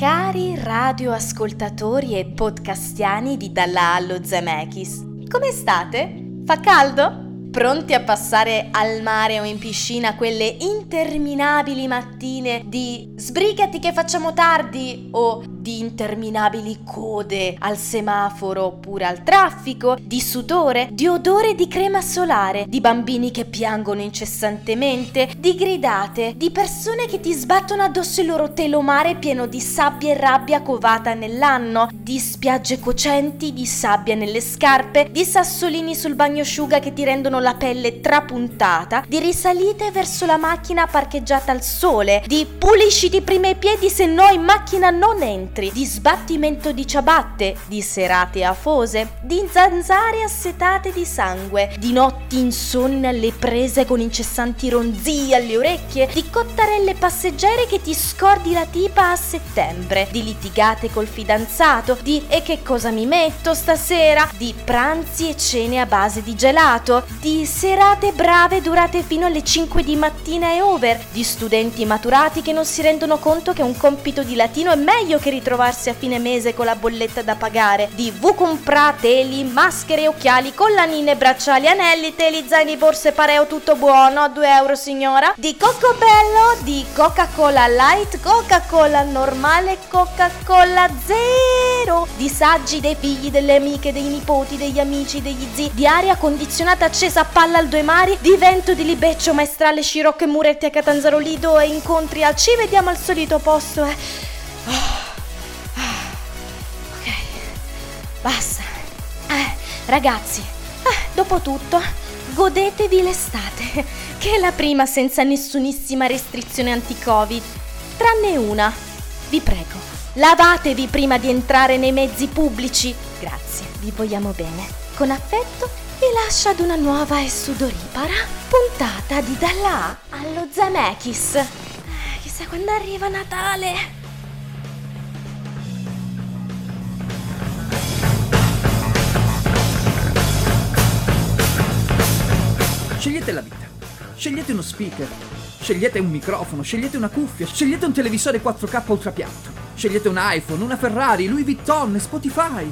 Cari radioascoltatori e podcastiani di Dalla allo Zemeckis, come state? Fa caldo? Pronti a passare al mare o in piscina quelle interminabili mattine di sbrigati che facciamo tardi o di interminabili code al semaforo oppure al traffico, di sudore, di odore di crema solare, di bambini che piangono incessantemente, di gridate, di persone che ti sbattono addosso il loro telomare pieno di sabbia e rabbia covata nell'anno, di spiagge cocenti, di sabbia nelle scarpe, di sassolini sul bagnosciuga che ti rendono la pelle trapuntata, di risalite verso la macchina parcheggiata al sole, di pulisciti prima i piedi se no in macchina non entri, di sbattimento di ciabatte, di serate afose, di zanzare assetate di sangue, di notti insonni alle prese con incessanti ronzii alle orecchie, di cottarelle passeggere che ti scordi la tipa a settembre, di litigate col fidanzato, di e che cosa mi metto stasera, di pranzi e cene a base di gelato, di serate brave durate fino alle 5 di mattina e over, di studenti maturati che non si rendono conto che un compito di latino è meglio che ritrovarsi a fine mese con la bolletta da pagare, di V-comprà, teli, maschere, occhiali, collanine, bracciali, anelli, teli, zaini, borse, pareo, tutto buono, a 2 euro signora, di Cocobello, di Coca-Cola Light, Coca-Cola normale, Coca-Cola zero, di saggi dei figli, delle amiche, dei nipoti, degli amici, degli zii, di aria condizionata accesa a palla al Due Mari, di vento di libeccio maestrale, scirocco e muretti a Catanzaro Lido e incontri al ci vediamo al solito posto ok, basta. Ragazzi, dopo tutto godetevi l'estate, che è la prima senza nessunissima restrizione anti-Covid, tranne una. Vi prego, lavatevi prima di entrare nei mezzi pubblici. Grazie, vi vogliamo bene. Con affetto vi lascio ad una nuova e sudoripara puntata di Dalla allo Zemeckis. Chissà quando arriva Natale. Scegliete la vita, scegliete uno speaker, scegliete un microfono, scegliete una cuffia, scegliete un televisore 4K ultrapiatto, scegliete un iPhone, una Ferrari, Louis Vuitton e Spotify.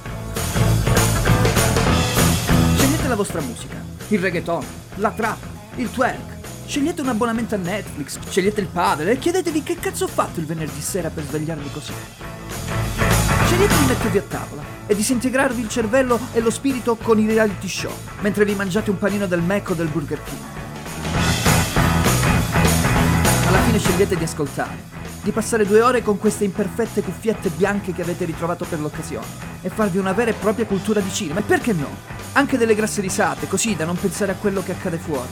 Scegliete la vostra musica, il reggaeton, la trap, il twerk, scegliete un abbonamento a Netflix, scegliete il padre e chiedetevi che cazzo ho fatto il venerdì sera per svegliarmi così. Scegliete di mettervi a tavola e disintegrarvi il cervello e lo spirito con i reality show, mentre vi mangiate un panino del Mac o del Burger King. Alla fine scegliete di ascoltare, di passare 2 ore con queste imperfette cuffiette bianche che avete ritrovato per l'occasione e farvi una vera e propria cultura di cinema. E perché no? Anche delle grasse risate, così da non pensare a quello che accade fuori.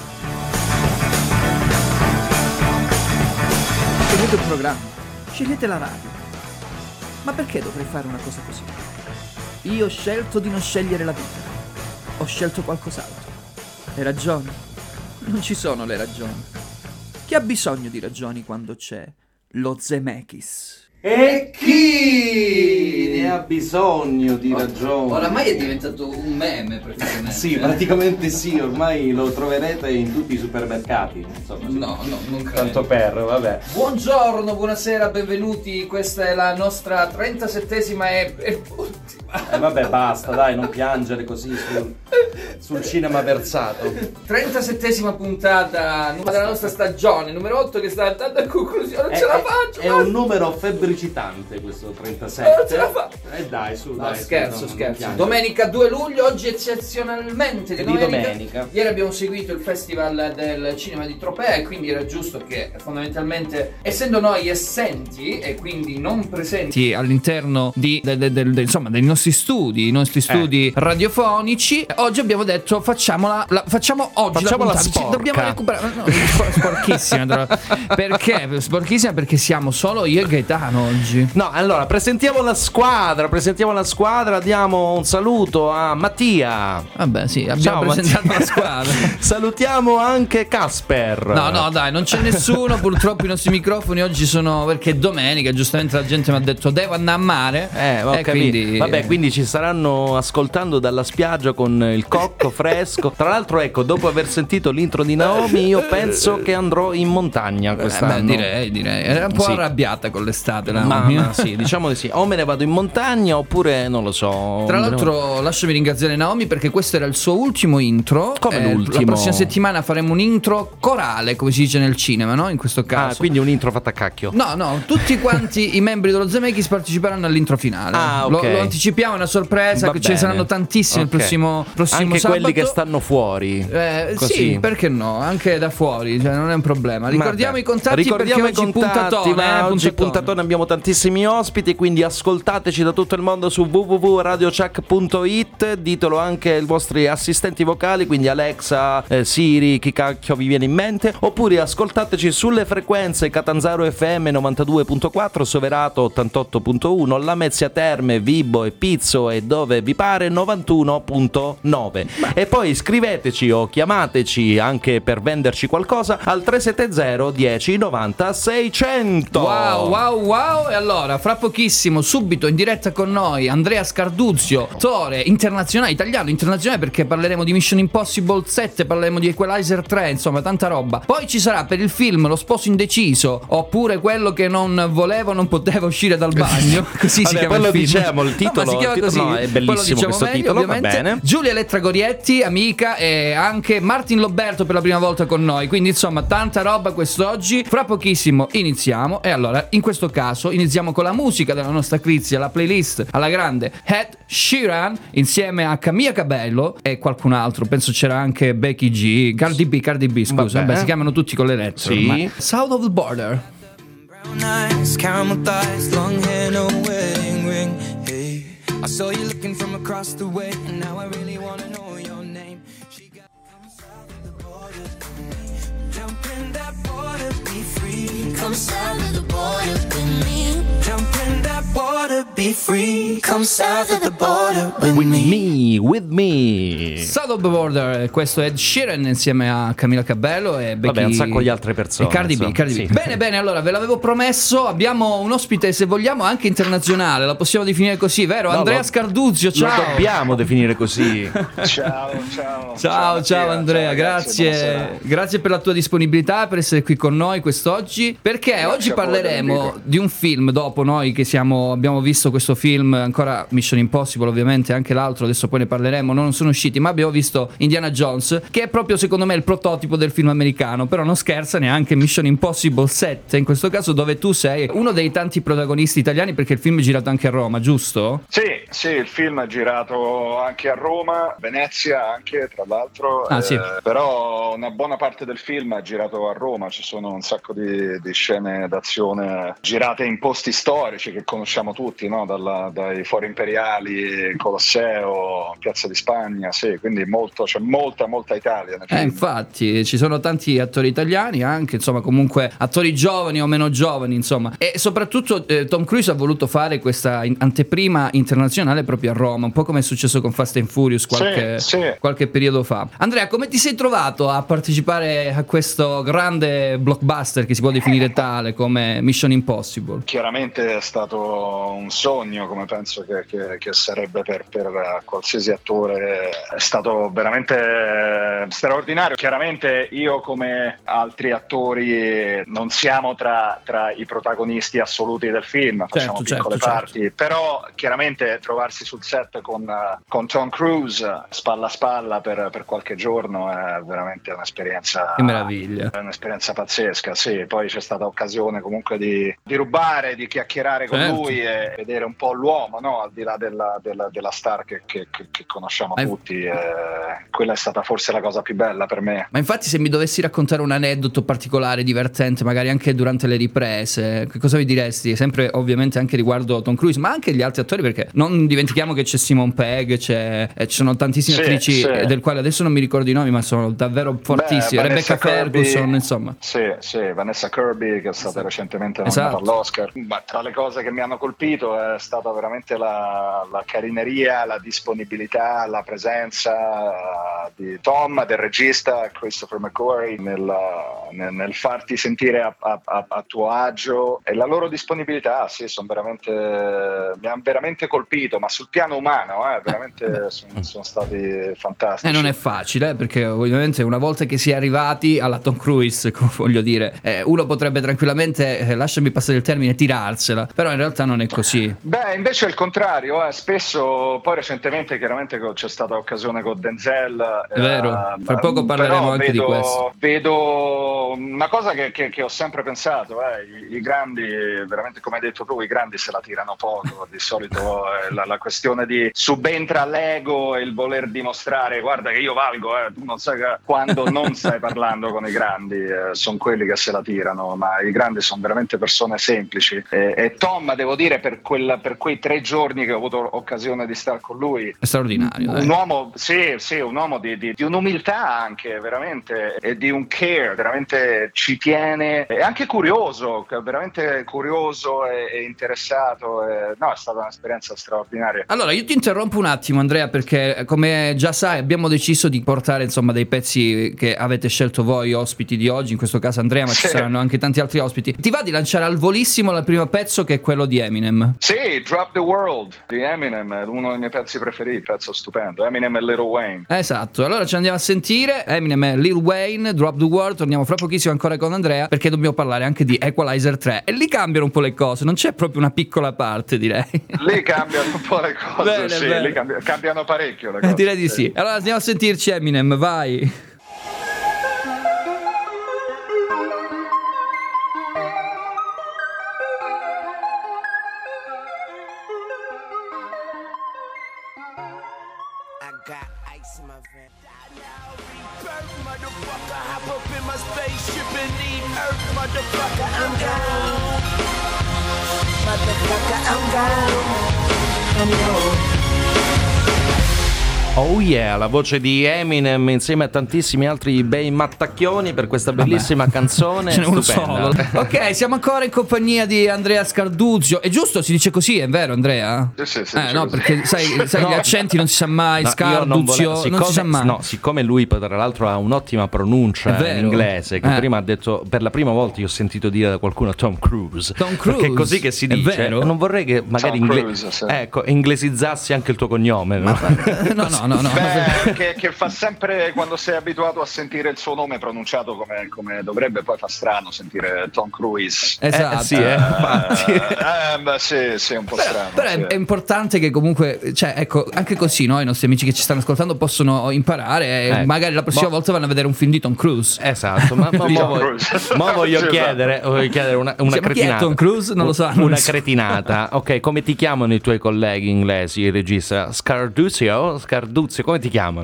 Scegliete un programma, scegliete la radio. Ma perché dovrei fare una cosa così? Io ho scelto di non scegliere la vita. Ho scelto qualcos'altro. Le ragioni? Non ci sono le ragioni. Chi ha bisogno di ragioni quando c'è lo Zemeckis? E chi ne ha bisogno di ragioni? Oramai è diventato un meme praticamente. Sì, praticamente sì, ormai lo troverete in tutti i supermercati. Insomma, no, non credo. Tanto per, vabbè. Buongiorno, buonasera, benvenuti. Questa è la nostra 37esima e ultima. Vabbè, basta, dai, non piangere così sul cinema versato. 37esima puntata della nostra stagione, numero 8 che sta andando a conclusione. Non ce la faccio. È un numero febbricitante questo 37. Non ce la faccio. Dai, su, No, dai. scherzo. Non piangere. Domenica 2 luglio, oggi eccezionalmente di domenica. Ieri abbiamo seguito il Festival del Cinema di Tropea e quindi era giusto che fondamentalmente, essendo noi assenti e quindi non presenti all'interno insomma dei nostri studi, radiofonici, oggi abbiamo detto facciamo oggi la sporca. Dobbiamo recuperare sporchissima. Perché? Sporchissima perché siamo solo io e Gaetano oggi. No, allora presentiamo la squadra, diamo un saluto a Mattia. Vabbè, sì, abbiamo presentato la squadra. Salutiamo anche Casper. No, dai, non c'è nessuno. Purtroppo i nostri microfoni oggi sono, perché è domenica, giustamente la gente mi ha detto devo andare a mare. Quindi... Vabbè, quindi ci staranno ascoltando dalla spiaggia con il cocco fresco. Tra l'altro, ecco, dopo aver sentito l'intro di Naomi, io penso che andrò in montagna quest'anno. Direi. Era un po' arrabbiata con l'estate, Naomi. Ma sì, diciamo di sì. O me ne vado in montagna oppure non lo so. Tra l'altro, lasciami ringraziare Naomi perché questo era il suo ultimo intro. Come l'ultimo? La prossima settimana faremo un intro corale, come si dice nel cinema, no? In questo caso. Quindi un intro fatta a cacchio. No, tutti quanti i membri dello Zemeckis parteciperanno all'intro finale. Okay. Lo anticipiamo, è una sorpresa, che ce ne saranno tantissimi il prossimo anche sabato. quelli che stanno fuori. Sì, perché no? Anche da fuori, cioè non è un problema. Ricordiamo i contatti perché oggi puntatone. Oggi puntatone, abbiamo tantissimi ospiti, quindi ascoltateci da tutto il mondo su www.radiochuck.it. Ditelo anche ai vostri assistenti vocali, quindi Alexa, Siri, chi cacchio vi viene in mente, oppure ascoltateci sulle frequenze Catanzaro FM 92.4, Soverato 88.1, Lamezia Terme, Vibo e Pizzo e dove vi pare 91.9. E poi scriveteci o chiamateci anche per venderci qualcosa al 370 10 90 600. Wow. E allora, fra pochissimo, subito in diretta con noi Andrea Scarduzio, attore internazionale, italiano internazionale, perché parleremo di Mission Impossible 7, parleremo di Equalizer 3, insomma tanta roba. Poi ci sarà per il film Lo sposo indeciso, oppure quello che non poteva uscire dal bagno. Così si chiama il film. Diciamo il titolo. No, si chiama così. No, è bellissimo questo meglio, titolo, ovviamente. va bene. Giulia Elettra Gorietti, amica, e anche Martin Loberto per la prima volta con noi. Quindi insomma tanta roba quest'oggi. Fra pochissimo iniziamo. E allora in questo caso iniziamo con la musica della nostra Crizia, la playlist alla grande Ed Sheeran insieme a Camilla Cabello e qualcun altro. Penso c'era anche Becky G, Cardi B, scusa. Vabbè, si chiamano tutti con le lettere. Sì. South of the Border. Brown eyes, caramel thighs, long hair, no wedding ring. Hey, I saw you looking from across the way, and now I really wanna know your name. She got come south of the border, jump in that border, be free. Come south of the border with me. Jump in that border, be free. Come south of the border with me. South of the Border, questo è Ed Sheeran insieme a Camilla Cabello e Becky. Vabbè, un sacco di altre persone. E Cardi B. Sì. Bene, allora ve l'avevo promesso, abbiamo un ospite, se vogliamo anche internazionale, la possiamo definire così, vero? No, Andrea Scarduzio, ciao. Lo dobbiamo definire così. Ciao Andrea, grazie per la tua disponibilità, per essere qui con noi quest'oggi, perché oggi parleremo di un film. Dopo noi che abbiamo visto questo film, ancora Mission Impossible ovviamente, anche l'altro, adesso poi ne parleremo, non sono usciti, ma abbiamo visto Indiana Jones, che è proprio secondo me il prototipo del film americano, però non scherza neanche Mission Impossible 7, in questo caso, dove tu sei uno dei tanti protagonisti italiani, perché il film è girato anche a Roma, giusto? Sì, il film è girato anche a Roma, Venezia anche, tra l'altro, sì. però una buona parte del film è girato a Roma, ci sono un sacco di scene d'azione girate in posti storici che conosciamo tutti, no? Dai Fori Imperiali, Colosseo, Piazza di Spagna, sì, quindi c'è molta Italia nel film. Infatti ci sono tanti attori italiani anche, insomma, comunque attori giovani o meno giovani, insomma, e soprattutto Tom Cruise ha voluto fare questa anteprima internazionale proprio a Roma, un po' come è successo con Fast and Furious qualche periodo fa. Andrea, come ti sei trovato a partecipare a questo grande blockbuster, che si può definire tale, come Mission Impossible? Chiaramente è stato un sogno, come penso che sarebbe per qualsiasi attore. È stato veramente straordinario. Chiaramente io, come altri attori, non siamo tra i protagonisti assoluti del film, facciamo piccole parti, però chiaramente trovarsi sul set con Tom Cruise spalla a spalla per qualche giorno è veramente un'esperienza. Che meraviglia. È un'esperienza pazzesca, sì. Poi c'è stata occasione comunque di rubare, di chiacchierare con lui e vedere un po' l'uomo, no? Al di là della star che conosciamo tutti. Quella è stata forse la cosa più bella per me. Ma infatti, se mi dovessi raccontare un aneddoto particolare, divertente, magari anche durante le riprese, che cosa vi diresti? Sempre ovviamente anche riguardo Tom Cruise, ma anche gli altri attori, perché non dimentichiamo che c'è Simone Pegg, ci sono tantissime attrici del quale adesso non mi ricordo i nomi, ma sono davvero fortissime. Rebecca Ferguson, insomma. Sì, Vanessa Kirby, che è stata recentemente nominata all'Oscar. Ma tra le cose che mi hanno colpito è stata veramente veramente la carineria, la disponibilità, la presenza di Tom, del regista Christopher McQuarrie nel farti sentire a tuo agio, e la loro disponibilità, sì, mi hanno veramente colpito, ma sul piano umano veramente sono stati fantastici. Non è facile, perché ovviamente una volta che si è arrivati alla Tom Cruise, voglio dire, uno potrebbe tranquillamente, lasciami passare il termine, tirarsela, però in realtà non è così. Beh, invece è il contrario, spesso, poi recentemente chiaramente c'è stata occasione con Denzel, è vero, fra poco parleremo anche di questo. Vedo una cosa che ho sempre pensato, i grandi, veramente come hai detto tu, i grandi se la tirano poco, di solito la questione di subentra l'ego e il voler dimostrare guarda che io valgo, tu non sai quando non stai parlando con i grandi, sono quelli che se la tirano, ma i grandi sono veramente persone semplici, e Tom, devo dire, per quei 3 giorni che ho avuto occasione di stare con lui, è straordinario, un uomo, sì, un uomo di un'umiltà anche, veramente, e di un care, veramente ci tiene, è anche curioso, veramente curioso e interessato, no, è stata un'esperienza straordinaria. Allora io ti interrompo un attimo, Andrea, perché come già sai abbiamo deciso di portare insomma dei pezzi che avete scelto voi ospiti di oggi, in questo caso Andrea, ma ci saranno anche tanti altri ospiti. Ti va di lanciare al volissimo il primo pezzo, che è quello di Eminem? Sì, Drop the World di Eminem, è uno dei miei pezzi preferiti, pezzo stupendo, Eminem e Lil Wayne. Esatto, allora ci andiamo a sentire Eminem e Lil Wayne, Drop the World. Torniamo fra pochissimo ancora con Andrea, perché dobbiamo parlare anche di Equalizer 3 e lì cambiano un po' le cose, non c'è proprio una piccola parte, direi. Lì cambiano un po' le cose. Bene, sì, bene. Lì cambiano parecchio le cose. Direi di sì. Allora andiamo a sentirci Eminem, vai. Oh yeah, la voce di Eminem insieme a tantissimi altri bei mattacchioni per questa bellissima canzone. Ce n'è uno stupenda. solo. Ok, siamo ancora in compagnia di Andrea Scarduzio. È giusto? Si dice così, è vero, Andrea? Sì, No, così. perché sai gli accenti non si sa mai, No, Scarduzio, non si sa mai. No, siccome lui tra l'altro ha un'ottima pronuncia in inglese, che prima ha detto, per la prima volta io ho sentito dire da qualcuno Tom Cruise. Perché è così che si dice. Vero? Non vorrei che magari Cruise, sì. inglesizzassi anche il tuo cognome, no? No. Beh, che fa sempre, quando sei abituato a sentire il suo nome pronunciato come dovrebbe, poi fa strano sentire Tom Cruise. Esatto. Sì, infatti. Sì, è un po' strano. Però sì. è importante che comunque, cioè, ecco, anche così i nostri amici che ci stanno ascoltando possono imparare e magari la prossima volta vanno a vedere un film di Tom Cruise. Esatto, ma voglio chiedere una cretinata. Chi è Tom Cruise? Non lo so. Una cretinata. Ok, come ti chiamano i tuoi colleghi inglesi, il regista? Scarduzio, come ti chiamano?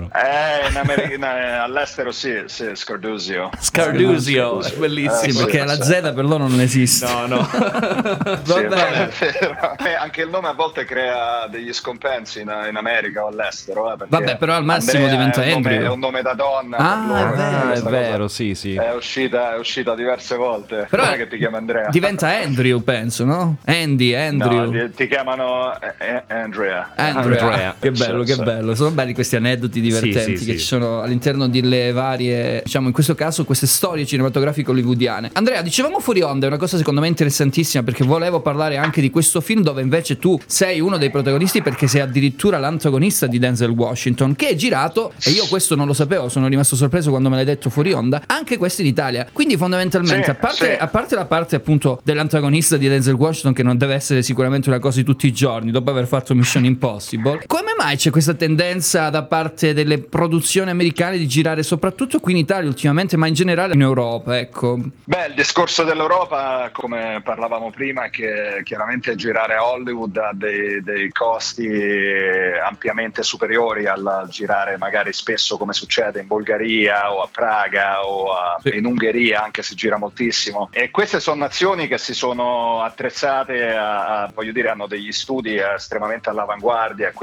All'estero sì, Scarduzio. Scarduzio, è bellissimo. Perché la Z per loro non esiste. No. Vabbè. Anche il nome a volte crea degli scompensi in America o all'estero. Vabbè, però al massimo Andrea diventa Andrew. È un nome da donna. È vero, sì. È uscita diverse volte. Però non è che ti chiama Andrea. Diventa Andrew, penso, no? Andrew. No, ti chiamano Andrea. Che bello. Sono belli questi aneddoti divertenti che ci sono all'interno delle varie, diciamo in questo caso, queste storie cinematografiche hollywoodiane. Andrea, dicevamo fuori onda, è una cosa secondo me interessantissima, perché volevo parlare anche di questo film dove invece tu sei uno dei protagonisti, perché sei addirittura l'antagonista di Denzel Washington, che è girato, e io questo non lo sapevo, sono rimasto sorpreso quando me l'hai detto fuori onda, anche questo in Italia. Quindi fondamentalmente a parte la parte appunto dell'antagonista di Denzel Washington, che non deve essere sicuramente una cosa di tutti i giorni dopo aver fatto Mission Impossible, come mai c'è questa tendenza da parte delle produzioni americane di girare soprattutto qui in Italia ultimamente, ma in generale in Europa, ecco? Beh, il discorso dell'Europa, come parlavamo prima, è che chiaramente girare a Hollywood ha dei costi ampiamente superiori al girare magari spesso, come succede in Bulgaria o a Praga o in Ungheria, anche se gira moltissimo. E queste sono nazioni che si sono attrezzate voglio dire, hanno degli studi estremamente all'avanguardia, quindi per loro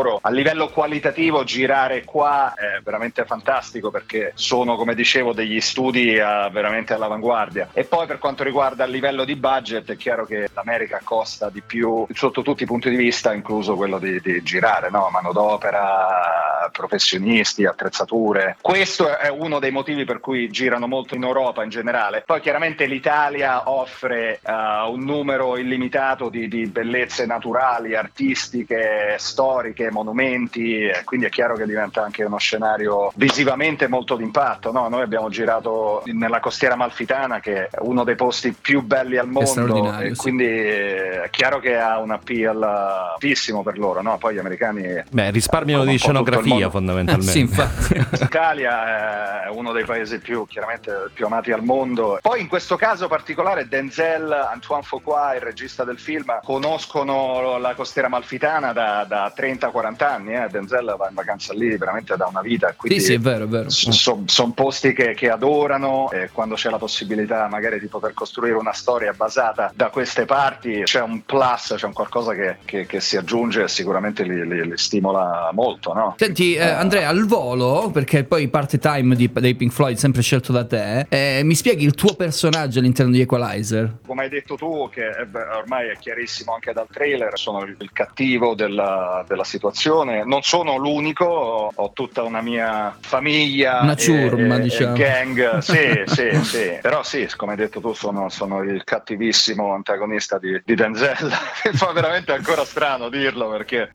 lavoro. A livello qualitativo girare qua è veramente fantastico, perché sono, come dicevo, degli studi veramente all'avanguardia. E poi per quanto riguarda il livello di budget, è chiaro che l'America costa di più sotto tutti i punti di vista, incluso quello di girare, no? Manodopera, professionisti, attrezzature. Questo è uno dei motivi per cui girano molto in Europa in generale. Poi chiaramente l'Italia offre un numero illimitato di bellezze naturali, artistiche, storiche, monumenti, quindi è chiaro che diventa anche uno scenario visivamente molto d'impatto, no? Noi abbiamo girato nella costiera amalfitana, che è uno dei posti più belli al mondo, e quindi è chiaro che ha un appeal altissimo per loro, no? Poi gli americani risparmiano di scenografia fondamentalmente. Sì, infatti. L'Italia è uno dei paesi più amati al mondo. Poi in questo caso particolare Denzel, Antoine Fuqua, il regista del film, conoscono la costiera amalfitana da 30-40 anni. Denzel va in vacanza lì veramente da una vita, quindi sì, è vero. Sono posti che adorano, e quando c'è la possibilità magari di poter costruire una storia basata da queste parti, c'è un plus, c'è un qualcosa che si aggiunge e sicuramente li stimola molto, no? Senti, Andrea, al volo, perché poi parte Time dei Pink Floyd, sempre scelto da te, mi spieghi il tuo personaggio all'interno di Equalizer? Come hai detto tu, che ormai è chiarissimo anche dal trailer, sono il cattivo della situazione. Non sono l'unico, ho tutta una mia famiglia, una ciurma, diciamo, gang. Sì. Però sì, come hai detto tu, sono il cattivissimo antagonista di Denzel. Mi fa veramente ancora strano dirlo, perché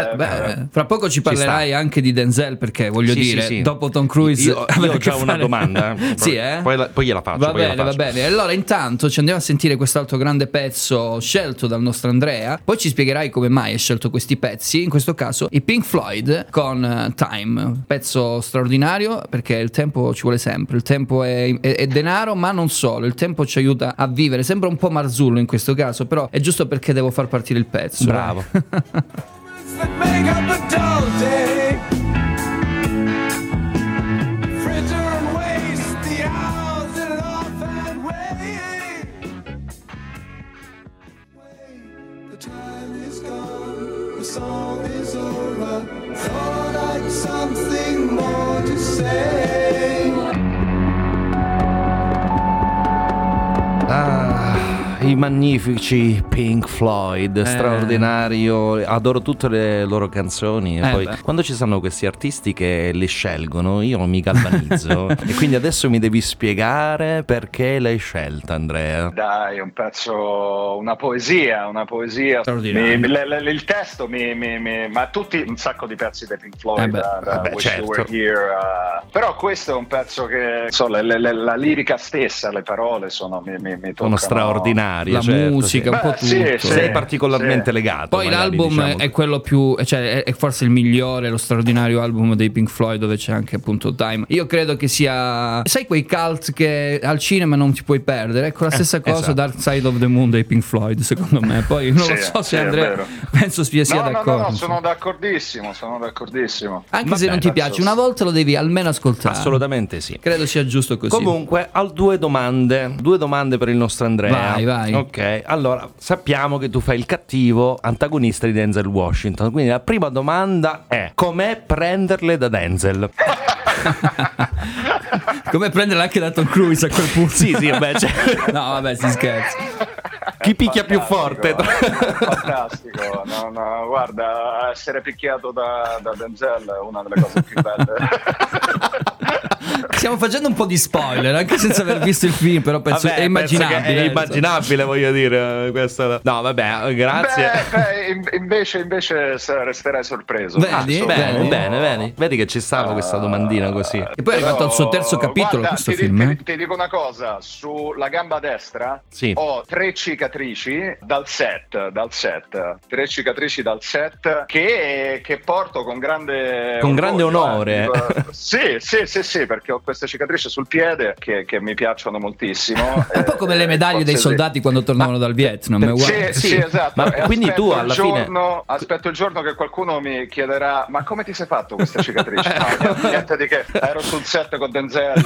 fra poco ci parlerai anche di Denzel, perché voglio dire, dopo Tom Cruise io ho già una domanda. Sì, poi gliela faccio. Va bene. Allora intanto ci andiamo a sentire quest'altro grande pezzo scelto dal nostro Andrea, poi ci spiegherai come mai hai scelto questi pezzi, in questo caso i Pink Floyd con Time, pezzo straordinario, perché il tempo ci vuole sempre, il tempo è denaro, ma non solo, il tempo ci aiuta a vivere. Sembra un po' Marzullo in questo caso, però è giusto perché devo far partire il pezzo. Bravo. I magnifici Pink Floyd, straordinario, adoro tutte le loro canzoni, e poi quando ci sono questi artisti che li scelgono io mi galvanizzo. E quindi adesso mi devi spiegare perché l'hai scelta, Andrea. Dai, un pezzo, una poesia il testo ma tutti un sacco di pezzi dei Pink Floyd, Wish You Were Here, però questo è un pezzo che la lirica stessa, le parole mi toccano, sono straordinarie. La musica, un po' tutto. Sei particolarmente legato. Poi l'album è quello più, cioè è forse il migliore, lo straordinario album dei Pink Floyd, dove c'è anche appunto Time. Io credo che sia, sai, quei cult che al cinema non ti puoi perdere. Ecco, la stessa cosa, esatto. Dark Side of the Moon dei Pink Floyd, secondo me. Poi non lo so se Andrea penso sia d'accordo. No, sono d'accordissimo. Anche se non ti piace, una volta lo devi almeno ascoltare. Assolutamente sì. Credo sia giusto così. Comunque, ho due domande per il nostro Andrea. Vai. Ok, allora sappiamo che tu fai il cattivo antagonista di Denzel Washington, quindi la prima domanda è: com'è prenderle da Denzel? Come prenderla anche da Tom Cruise a quel punto? Sì, vabbè, no, vabbè, si scherza. Chi picchia più forte? Fantastico, no, guarda, essere picchiato da Denzel è una delle cose più belle. Stiamo facendo un po' di spoiler, anche senza aver visto il film, però penso è immaginabile. È immaginabile, voglio dire, questo. No, vabbè, grazie. Invece resterei sorpreso. Vedi che ci stava questa domandina così. E poi è arrivato al suo terzo capitolo, questo film. Ti dico una cosa, sulla gamba destra ho 3 cicatrici dal set, 3 cicatrici dal set che porto con grande onore. Sì, perché perché ho queste cicatrici sul piede che mi piacciono moltissimo. È un po' come le medaglie dei soldati quando tornavano dal Vietnam. Sì, esatto. Ma quindi tu alla fine aspetto il giorno che qualcuno mi chiederà: ma come ti sei fatto queste cicatrici? No, niente di che, ero sul set con Denzel.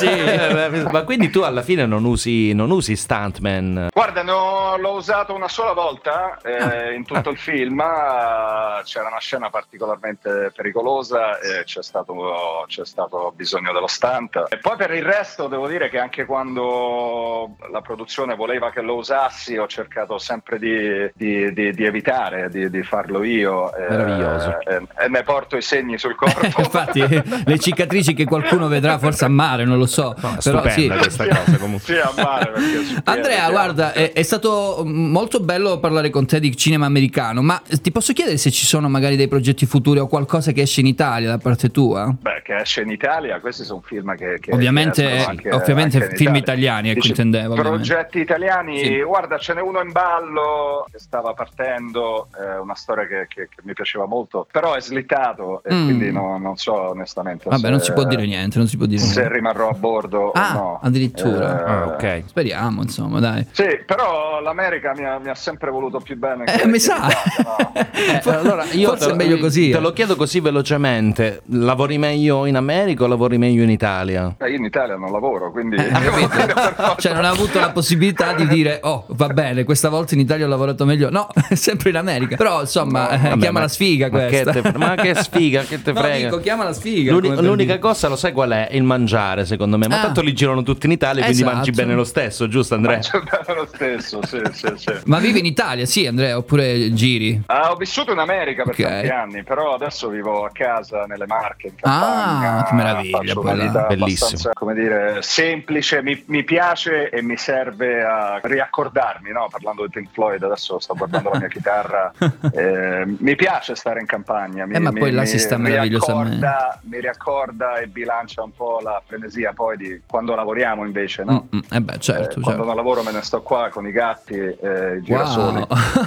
Ma quindi tu alla fine non usi stuntman? Guarda, l'ho usato una sola volta in tutto il film. C'era una scena particolarmente pericolosa e c'è stato bisogno dello stunt. E poi per il resto devo dire che anche quando la produzione voleva che lo usassi, ho cercato sempre di evitare di farlo io. Meraviglioso. E ne porto i segni sul corpo. Infatti le cicatrici che qualcuno vedrà forse a mare, non lo so. No, però sì. Questa cosa comunque. Sì, a mare, perché Andrea, guarda, è stato molto bello parlare con te di cinema americano, ma ti posso chiedere se ci sono magari dei progetti futuri o qualcosa che esce in Italia da parte tua? Beh, che esce in Italia, questi sono film che ovviamente anche film italiani, ecco, intendevo. Progetti italiani, sì. Guarda, ce n'è uno in ballo che stava partendo, una storia che mi piaceva molto, però è slittato e quindi non so onestamente. Vabbè, non si può dire niente, se rimarrò a bordo o no. Addirittura. Ok. Speriamo, insomma, dai. Sì, però l'America mi ha sempre voluto più bene. Mi sa. No. Allora io forse è meglio così. Te lo chiedo così velocemente: lavori meglio in America o lavori meglio in Italia? Io in Italia non lavoro, quindi cioè non ha avuto la possibilità di dire va bene, questa volta in Italia ho lavorato meglio. No, sempre in America. Però insomma, chiama la sfiga questa. Ma che sfiga, che te frega? Dico, chiama la sfiga. L'unica cosa, lo sai qual è? Il mangiare, secondo me. Ma tanto li girano tutti in Italia, quindi mangi bene lo stesso, giusto Andrea? Mangio bene lo stesso, sì. Ma vivi in Italia, sì Andrea, oppure giri? Ho vissuto in America per tanti anni, però adesso vivo a casa nelle Marche, in campagna. Che meraviglia. Faccio una vita bellissimo, abbastanza, come dire, semplice, mi piace e mi serve a riaccordarmi, no? Parlando di Pink Floyd, adesso sto guardando la mia chitarra, mi piace stare in campagna, ma poi là si sta meravigliosamente. Mi riaccorda e bilancia un po' la frenesia poi di quando lavoriamo invece, no? Certo. Quando non lavoro me ne sto qua con i gatti e i girasoli.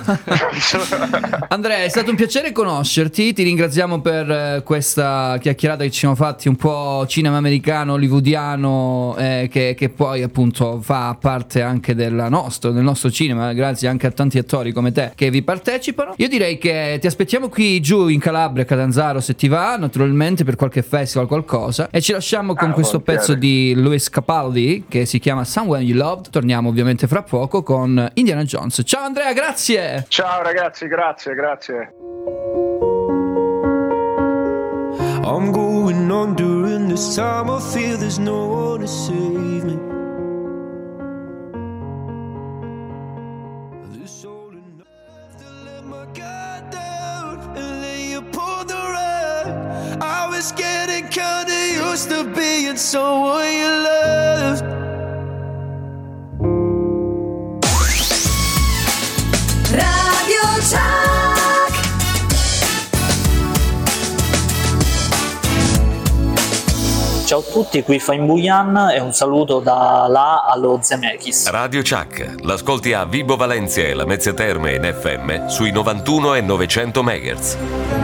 Andrea, è stato un piacere conoscerti, ti ringraziamo per questa chiacchierata che ci siamo fatti un po' cinema americano, hollywoodiano, che poi appunto fa parte anche del nostro cinema, grazie anche a tanti attori come te che vi partecipano. Io direi che ti aspettiamo qui giù in Calabria, a Catanzaro, se ti va, naturalmente per qualche festival, qualcosa, e ci lasciamo con questo pezzo di Lewis Capaldi che si chiama Someone You Loved. Torniamo ovviamente fra poco con Indiana Jones. Ciao Andrea, grazie. Ciao ragazzi, grazie. I'm going on during this time. I feel there's no one to save me. This all enough to let my guard down and then you pull the rug. I was getting kinda used to being someone you loved. Radio Chuck. Ciao a tutti, qui Fine Buyan e un saluto da là allo Zemeckis. Radio Chuck, l'ascolti a Vibo Valencia e la Mezzia Terme in FM sui 91 e 900 MHz.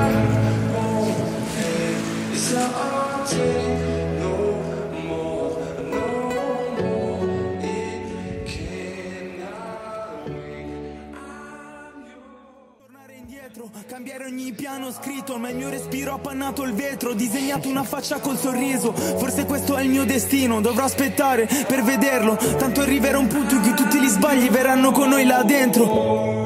Cambiare ogni piano scritto, ma il mio respiro ha appannato il vetro. Ho disegnato una faccia col sorriso, forse questo è il mio destino. Dovrò aspettare per vederlo, tanto arriverà un punto in cui tutti gli sbagli verranno con noi là dentro.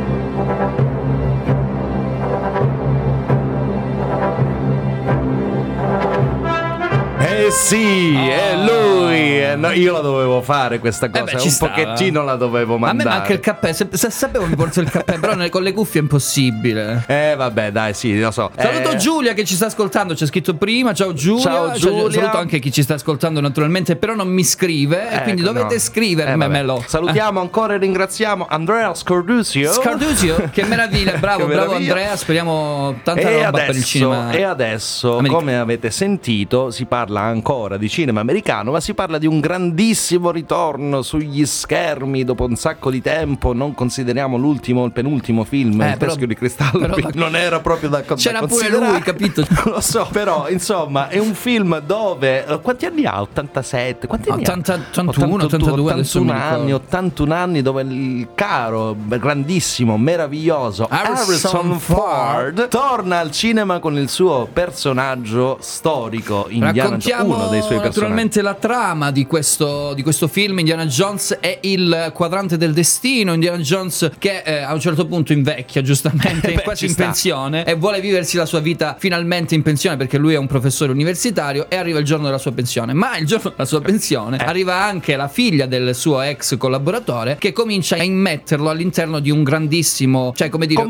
Sì, è lui. No, io la dovevo fare questa cosa. Un pochettino la dovevo mandare. A me manca il cappello. Se sapevo mi porto il cappello, però con le cuffie è impossibile. Vabbè, dai, sì, lo so. Saluto Giulia che ci sta ascoltando. C'è scritto prima. Ciao Giulia. Ciao Giulia. Saluto anche chi ci sta ascoltando, naturalmente, però non mi scrive. E quindi dovete scrivermelo. Salutiamo ancora e ringraziamo Andrea Scordusio, che meraviglia. Bravo Andrea. Speriamo tanta roba per il cinema. E adesso, americano. Come avete sentito, si parla ancora di cinema americano, ma si parla di un grandissimo ritorno sugli schermi dopo un sacco di tempo. Non consideriamo il penultimo film, Il Teschio di Cristallo, non era proprio da c'era considerare. pure lui, capito? Lo so, però insomma è un film dove quanti anni ha? 87? Quanti anni 81, 82, 81 anni, dove il caro, grandissimo, meraviglioso Harrison Ford torna al cinema con il suo personaggio storico, Indiana Jones, uno dei suoi personaggi. Naturalmente la trama di questo film. Indiana Jones è il quadrante del destino. Indiana Jones che a un certo punto invecchia, giustamente, è quasi in pensione e vuole viversi la sua vita finalmente in pensione, perché lui è un professore universitario e arriva il giorno della sua pensione. Ma il giorno della sua pensione arriva anche la figlia del suo ex collaboratore, che comincia a immetterlo all'interno di un grandissimo, cioè come dire,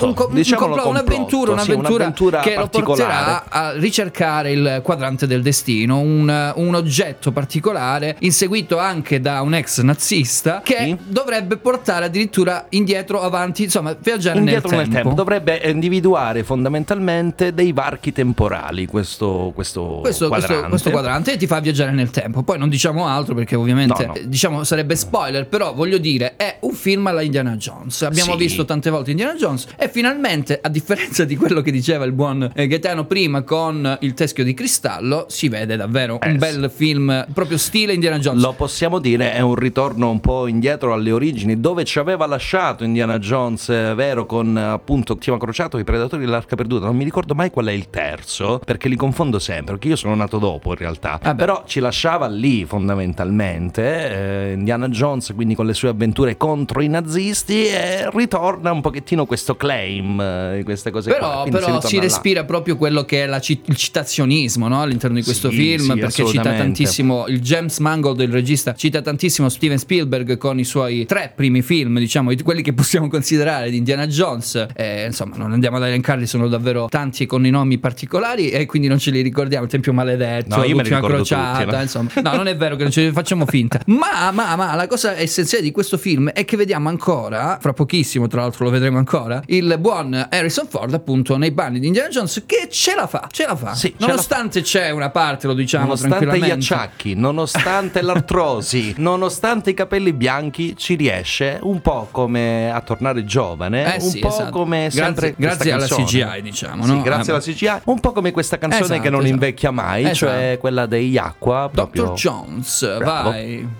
un'avventura che lo porterà a ricercare il quadrante del destino, un oggetto particolare inseguito anche da un ex nazista che dovrebbe portare addirittura indietro, avanti, insomma viaggiare nel tempo. Dovrebbe individuare fondamentalmente dei varchi temporali questo quadrante, e ti fa viaggiare nel tempo. Poi non diciamo altro perché ovviamente diciamo sarebbe spoiler, però voglio dire è un film alla Indiana Jones. Abbiamo visto tante volte Indiana Jones e finalmente, a differenza di quello che diceva il buon Gaetano prima con Il Teschio di Cristallo, si vede davvero un bel film proprio stile Indiana Jones. Lo possiamo dire, è un ritorno un po' indietro alle origini, dove ci aveva lasciato Indiana Jones, vero, con appunto Ultima Crociato, I Predatori dell'Arca Perduta. Non mi ricordo mai qual è il terzo, perché li confondo sempre, perché io sono nato dopo in realtà. Però ci lasciava lì fondamentalmente Indiana Jones, quindi con le sue avventure contro i nazisti, e ritorna un pochettino questo claim, queste cose però si respira proprio quello che è il citazionismo, no? All'interno di questo film, perché cita tantissimo il James Mangold, il regista, cita tantissimo Steven Spielberg con i suoi 3 primi film, diciamo, di quelli che possiamo considerare di Indiana Jones. Insomma, non andiamo ad elencarli, sono davvero tanti con i nomi particolari e quindi non ce li ricordiamo. Il Tempio Maledetto, L'Ultima Crociata, tutti, no? Insomma, no, non è vero che non ce li facciamo finta. Ma la cosa essenziale di questo film è che vediamo ancora, fra pochissimo tra l'altro lo vedremo ancora, il buon Harrison Ford appunto nei panni di Indiana Jones, che ce la fa. Sì, nonostante c'è una parte, lo diciamo nonostante tranquillamente, gli acciacchi, nonostante l'artrosi, nonostante i capelli bianchi, ci riesce un po' come a tornare giovane, un po' come sempre grazie alla CGI, diciamo, no? Sì, grazie alla CGI, un po' come questa canzone che non invecchia mai, cioè quella degli Aqua, Dr. Jones. Bravo. Vai.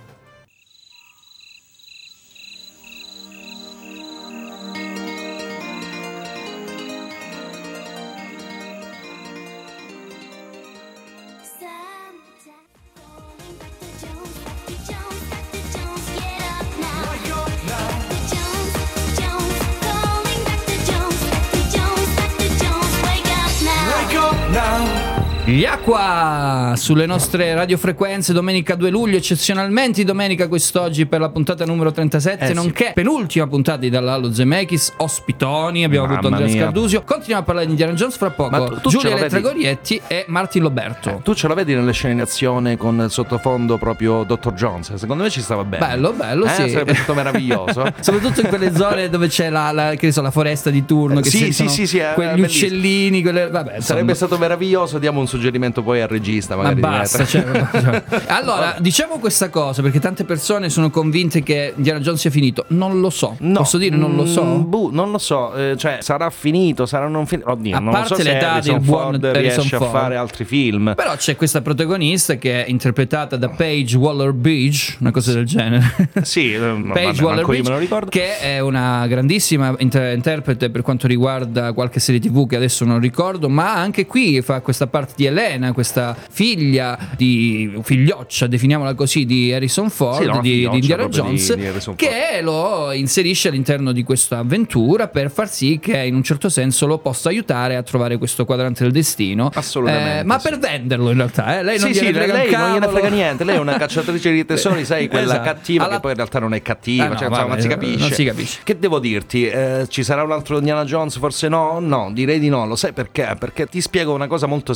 Gli Aqua sulle nostre radiofrequenze, domenica 2 luglio, eccezionalmente domenica quest'oggi per la puntata numero 37, nonché penultima puntata di Dallallo Zemeckis, ospitoni, abbiamo avuto Andrea Scardusio. Continuiamo a parlare di Indiana Jones fra poco, Giulia Elettra Gorietti e Martin Loberto. Tu ce la vedi nelle scene in azione con il sottofondo proprio Dr. Jones? Secondo me ci stava bene. Bello, sì. Sarebbe stato meraviglioso. Soprattutto in quelle zone dove c'è la foresta di turno, che sì, quegli uccellini, sarebbe stato meraviglioso. Diamo un suggerimento poi al regista, magari. Ma basta, allora diciamo questa cosa, perché tante persone sono convinte che Indiana Jones sia finito. Non lo so, posso dire non lo so. Non lo so, cioè sarà finito, sarà non finito. Oddio, a non parte so se l'età del buon Ford riesce a fare altri film. Però c'è questa protagonista che è interpretata da Paige Waller-Bridge, una cosa del genere. Sì, Paige Waller-Bridge, che è una grandissima interprete per quanto riguarda qualche serie TV che adesso non ricordo, ma anche qui fa questa parte di Elena, questa figlioccia, definiamola così, di Harrison Ford, di Indiana Jones, che lo inserisce all'interno di questa avventura per far sì che in un certo senso lo possa aiutare a trovare questo quadrante del destino. Assolutamente. Ma per venderlo in realtà, lei non gliene frega niente. Lei è una cacciatrice di tesori, sai, quella cattiva che poi in realtà non è cattiva, non si capisce. Non si capisce. Che devo dirti? Ci sarà un altro Indiana Jones? Forse no, direi di no. Lo sai perché? Perché ti spiego una cosa molto semplice.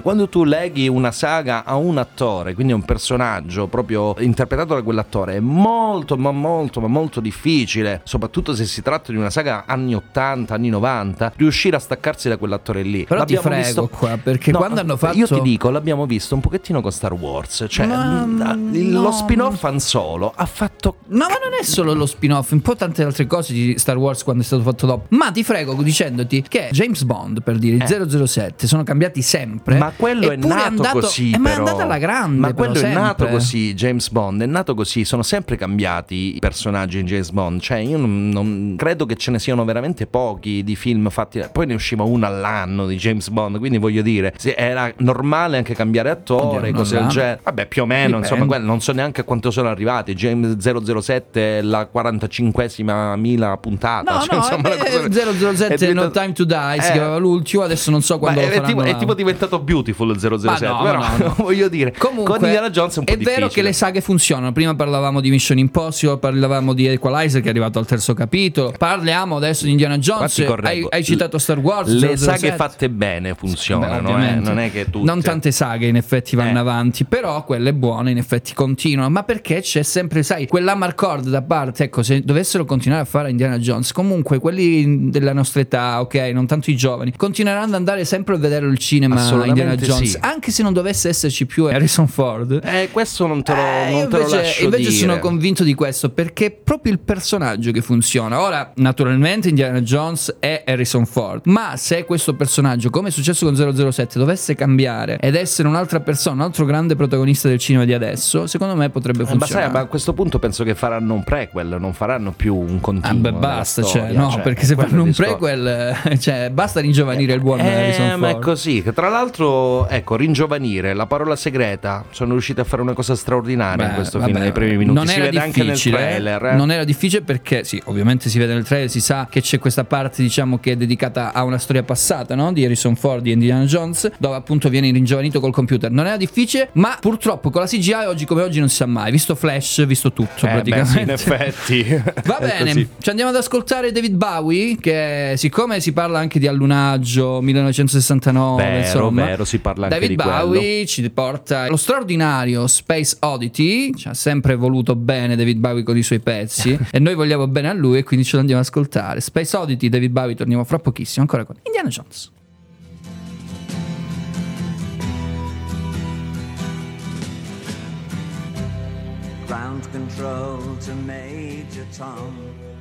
Quando tu leghi una saga a un attore, quindi a un personaggio proprio interpretato da quell'attore, è molto ma molto difficile, soprattutto se si tratta di una saga anni 80, anni 90, riuscire a staccarsi da quell'attore lì. Però ti frego qua, perché quando hanno fatto... Io ti dico, l'abbiamo visto un pochettino con Star Wars, cioè lo spin-off Han Solo ha fatto... No, ma non è solo lo spin-off, un po' tante altre cose di Star Wars quando è stato fatto dopo. Ma ti frego dicendoti che James Bond, per dire, 007 sono cambiati sempre. Ma quello è nato così, ma è andata alla grande. Ma quello è nato così, James Bond è nato così, sono sempre cambiati i personaggi in James Bond, cioè io non credo che ce ne siano veramente pochi di film fatti, poi ne usciva uno all'anno di James Bond, quindi voglio dire, era normale anche cambiare attore, cose del genere. Vabbè, più o meno, insomma, non so neanche a quanto sono arrivati. James 007 la 45.000 puntata, no, insomma, 007 No Time to Die si chiamava l'ultimo, adesso non so quando è tipo diventato Beautiful 007, no. Voglio dire, comunque con Indiana Jones è un po' difficile. È vero che le saghe funzionano. Prima parlavamo di Mission Impossible, parlavamo di Equalizer che è arrivato al terzo capitolo, parliamo adesso di Indiana Jones. Hai citato Star Wars, le 007. Saghe fatte bene funzionano, non è che tutte. Non tante saghe in effetti vanno avanti, però quelle buone in effetti continuano, ma perché c'è sempre, sai, quell'amarcord da parte. Ecco, se dovessero continuare a fare Indiana Jones, comunque quelli della nostra età, ok, non tanto i giovani, continueranno ad andare sempre a vedere il cinema Indiana Jones, sì. Anche se non dovesse esserci più Harrison Ford. Questo non te lo lascio invece dire. Sono convinto di questo, perché è proprio il personaggio che funziona. Ora, naturalmente Indiana Jones è Harrison Ford, ma se questo personaggio, come è successo con 007, dovesse cambiare ed essere un'altra persona, un altro grande protagonista del cinema di adesso, secondo me potrebbe funzionare. Ma a questo punto penso che faranno un prequel, non faranno più un continuo. Basta, perché se fanno un prequel, basta ringiovanire il buon Harrison Ford. Ma è così, che tra l'altro, ecco, ringiovanire, la parola segreta, sono riusciti a fare una cosa straordinaria in questo film nei primi minuti. Non si vede anche nel trailer. Non era difficile perché, sì, ovviamente si vede nel trailer, si sa che c'è questa parte, diciamo, che è dedicata a una storia passata, no? Di Harrison Ford, di Indiana Jones, dove appunto viene ringiovanito col computer. Non era difficile, ma purtroppo con la CGI oggi come oggi non si sa mai. Visto Flash, visto tutto praticamente. Sì, in effetti. Va bene, ci andiamo ad ascoltare David Bowie, che siccome si parla anche di allunaggio 1969, vero, si parla anche David di quello. Bowie ci porta lo straordinario Space Oddity. Ci ha sempre voluto bene David Bowie con i suoi pezzi e noi vogliamo bene a lui, e quindi ce lo andiamo ad ascoltare. Space Oddity, David Bowie. Torniamo fra pochissimo ancora con Indiana Jones. Ground control to Major Tom.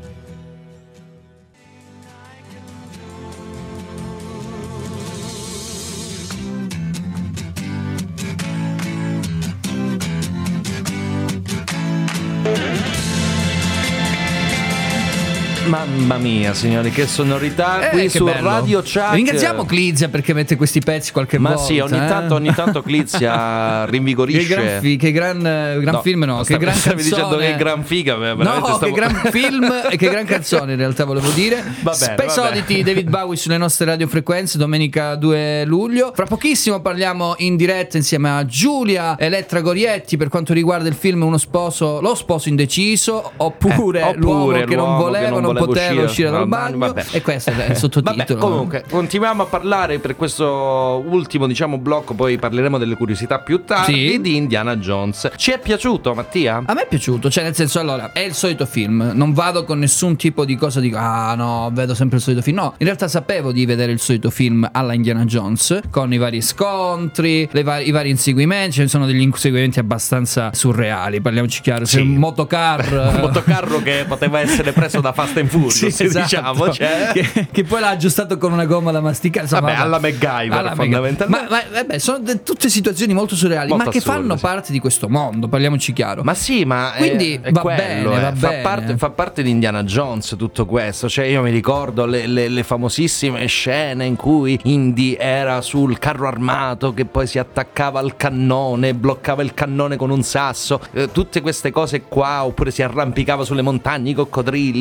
Mamma mia, signori, che sonorità qui su bello. Radio Chuck. Ringraziamo Clizia perché mette questi pezzi qualche volta. Ma sì, ogni tanto Clizia rinvigorisce. Che gran film, no, che gran canzone. Dicendo che gran figa, che gran film e che gran canzone in realtà volevo dire. Space Oddity, David Bowie sulle nostre radiofrequenze, domenica 2 luglio. Fra pochissimo parliamo in diretta insieme a Giulia Elettra Gorietti per quanto riguarda il film Lo sposo indeciso, oppure l'uomo che non voleva poteva uscire dal bagno. E questo è il sottotitolo. Comunque continuiamo a parlare per questo ultimo, diciamo, blocco, poi parleremo delle curiosità più tardi, di Indiana Jones. Ci è piaciuto, Mattia? A me è piaciuto, cioè nel senso, allora, è il solito film, non vado con nessun tipo di cosa, dico vedo sempre il solito film. No, in realtà sapevo di vedere il solito film alla Indiana Jones, con i vari scontri, i vari inseguimenti. Ce ne sono degli inseguimenti abbastanza surreali, parliamoci chiaro. C'è un motocarro che poteva essere preso da Fast and Furious, esatto. diciamo, che poi l'ha aggiustato con una gomma da masticare. Insomma, alla MacGyver, fondamentalmente. Ma sono tutte situazioni molto surreali, molto ma che fanno parte di questo mondo, parliamoci chiaro. Ma sì, ma quindi è va bene, fa parte di Indiana Jones tutto questo. Cioè io mi ricordo le famosissime scene in cui Indy era sul carro armato che poi si attaccava al cannone, bloccava il cannone con un sasso, tutte queste cose qua, oppure si arrampicava sulle montagne, i coccodrilli,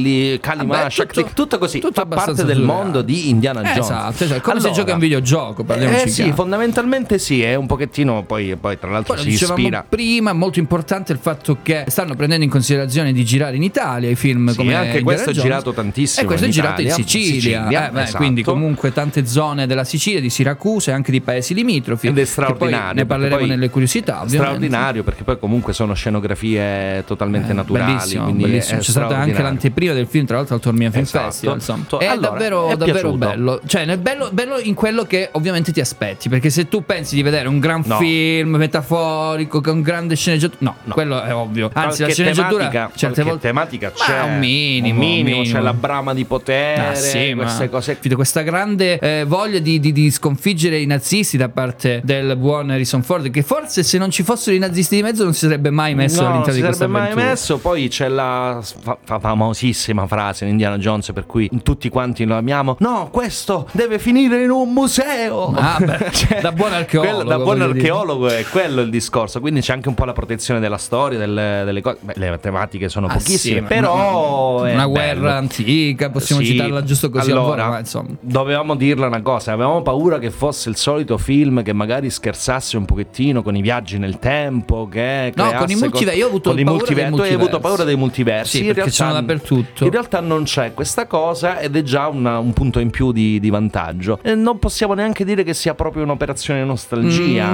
Kalima, tutto così, tutto fa parte del surreale. mondo di Indiana Jones. Esatto, come se gioca un videogioco, parliamoci sì, chiaro. fondamentalmente sì, è un pochettino poi tra l'altro Poi si dicevamo ispira. prima, molto importante il fatto che stanno prendendo in considerazione di girare in Italia i film Sì, come anche Indiana questo è Jones. girato tantissimo e questo in è girato Italia, in Sicilia, esatto. quindi comunque tante zone della Sicilia, di Siracusa e anche di paesi limitrofi, ed è che straordinario, poi ne parleremo poi nelle curiosità, ovviamente. straordinario, perché poi comunque sono scenografie totalmente naturali, Bellissimo, quindi bellissimo. C'è stata anche l'anteprima del film, tra l'altro al Tormia Film Esatto. Festival, insomma. È Allora, davvero è davvero piaciuto. bello, cioè nel bello in quello che ovviamente ti aspetti, perché se tu pensi di vedere un gran film metaforico con grande sceneggiatura, no, quello è ovvio, anzi la sceneggiatura certe volte tematica c'è, un minimo, c'è la brama di potere, sì, queste cose. Questa grande voglia di sconfiggere i nazisti da parte del buon Harrison Ford, che forse se non ci fossero i nazisti di mezzo non si sarebbe mai messo all'interno di questa avventura. Mai messo. Poi c'è la famosissima frase in Indiana Jones per cui tutti quanti lo amiamo: no, questo deve finire in un museo. Da buon archeologo, da buon archeologo è quello il discorso. Quindi c'è anche un po' la protezione della storia, delle cose. Le tematiche sono pochissime, però una guerra antica, possiamo citarla giusto così. Allora, ma insomma, dovevamo dirla una cosa: avevamo paura che fosse il solito film che magari scherzasse un pochettino con i viaggi nel tempo, che con i multiversi. Io ho avuto paura dei multiversi. Tu hai avuto paura dei multiversi, sì, perché sono dappertutto. In realtà non c'è questa cosa ed è già un punto in più di vantaggio. E non possiamo neanche dire che sia proprio un'operazione nostalgia.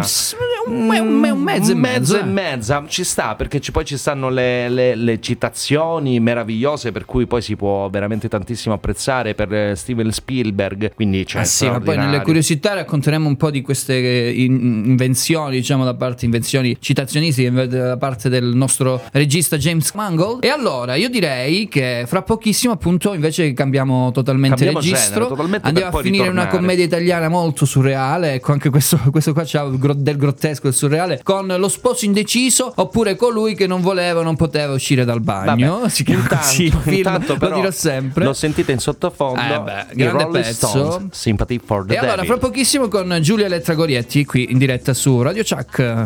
Un mezzo e mezza ci sta, perché poi ci stanno le citazioni meravigliose per cui poi si può veramente tantissimo apprezzare per Steven Spielberg, quindi c'è sì, ma poi nelle curiosità racconteremo un po' di queste invenzioni, diciamo invenzioni citazionistiche da parte del nostro regista James Mangold. E allora io direi che fra pochissimo appunto invece cambiamo totalmente registro, andiamo a finire una commedia italiana molto surreale. Ecco, anche questo qua c'ha del grottesco e surreale, con Lo sposo indeciso, oppure Colui che non voleva o non poteva uscire dal bagno. Vabbè, si chiama così il film, intanto però lo dirò sempre. Lo sentite in sottofondo, grande Rolling pezzo. Stones, Sympathy for the Devil. Allora fra pochissimo con Giulia Elettra Gorietti qui in diretta su Radio Chuck.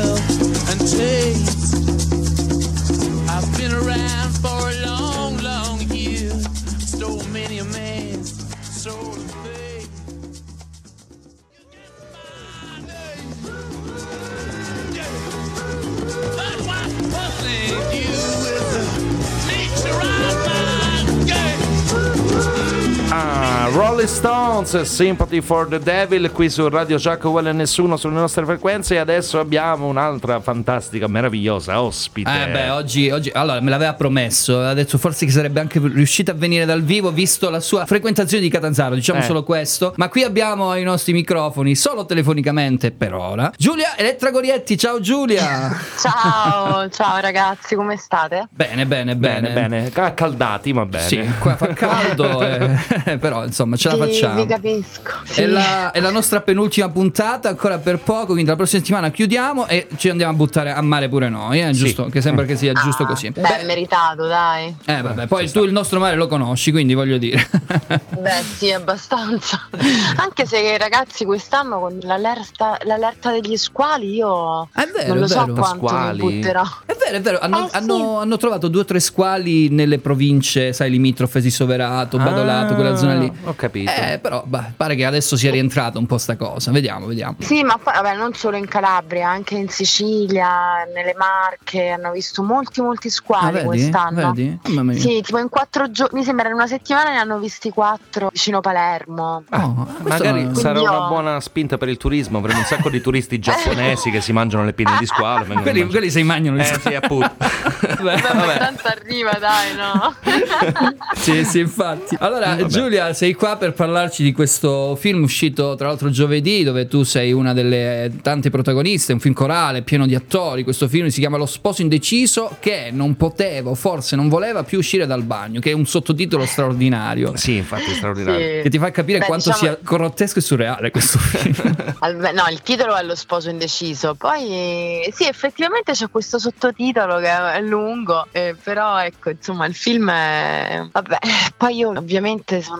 Rolling Stones, Sympathy for the Devil, qui su Radio Chuck uguale a nessuno sulle nostre frequenze. E adesso abbiamo un'altra fantastica, meravigliosa ospite. Oggi allora me l'aveva promesso, ha detto forse che sarebbe anche riuscita a venire dal vivo visto la sua frequentazione di Catanzaro, diciamo solo questo. Ma qui abbiamo ai nostri microfoni, solo telefonicamente per ora, Giulia Elettra Gorietti. Ciao Giulia. Ciao ragazzi, come state? Bene, accaldati, ma bene. Sì, qua fa caldo, però insomma ce la facciamo. Vi capisco. Sì. È la nostra penultima puntata, ancora per poco, quindi la prossima settimana chiudiamo e ci andiamo a buttare a mare pure noi, giusto? Che sembra che sia giusto così. Beh, meritato, dai. Poi tu il nostro mare lo conosci, quindi voglio dire. Beh, sì, abbastanza. Anche se ragazzi quest'anno con l'allerta degli squali io non lo so quanto mi butterò. È vero, hanno trovato 2 o 3 squali nelle province, sai, limitrofe di Soverato, Badolato, quella zona lì. Ho capito. Però pare che adesso sia rientrata un po' sta cosa. Vediamo. Sì, ma poi non solo in Calabria, anche in Sicilia, nelle Marche hanno visto molti squali quest'anno. Vedi? Mamma mia. Sì, tipo in 4 giorni, mi sembra in una settimana ne hanno visti 4 vicino Palermo. Magari sarà una buona spinta per il turismo. Avremo un sacco di turisti giapponesi che si mangiano le pinne di squalo. Quelli si mangiano le sì, appunto. Abbastanza arriva, dai, no? sì, infatti. Allora, Giulia, sei qua per parlarci di questo film uscito tra l'altro giovedì, dove tu sei una delle tante protagoniste, un film corale pieno di attori. Questo film si chiama Lo sposo indeciso, che non poteva, o forse non voleva più uscire dal bagno, che è un sottotitolo straordinario. Sì, infatti è straordinario. Sì. Che ti fa capire quanto sia grottesco e surreale questo film. No, il titolo è Lo sposo indeciso. Poi sì, effettivamente c'è questo sottotitolo che è lungo, però ecco, insomma, il film è... Vabbè, poi io ovviamente sono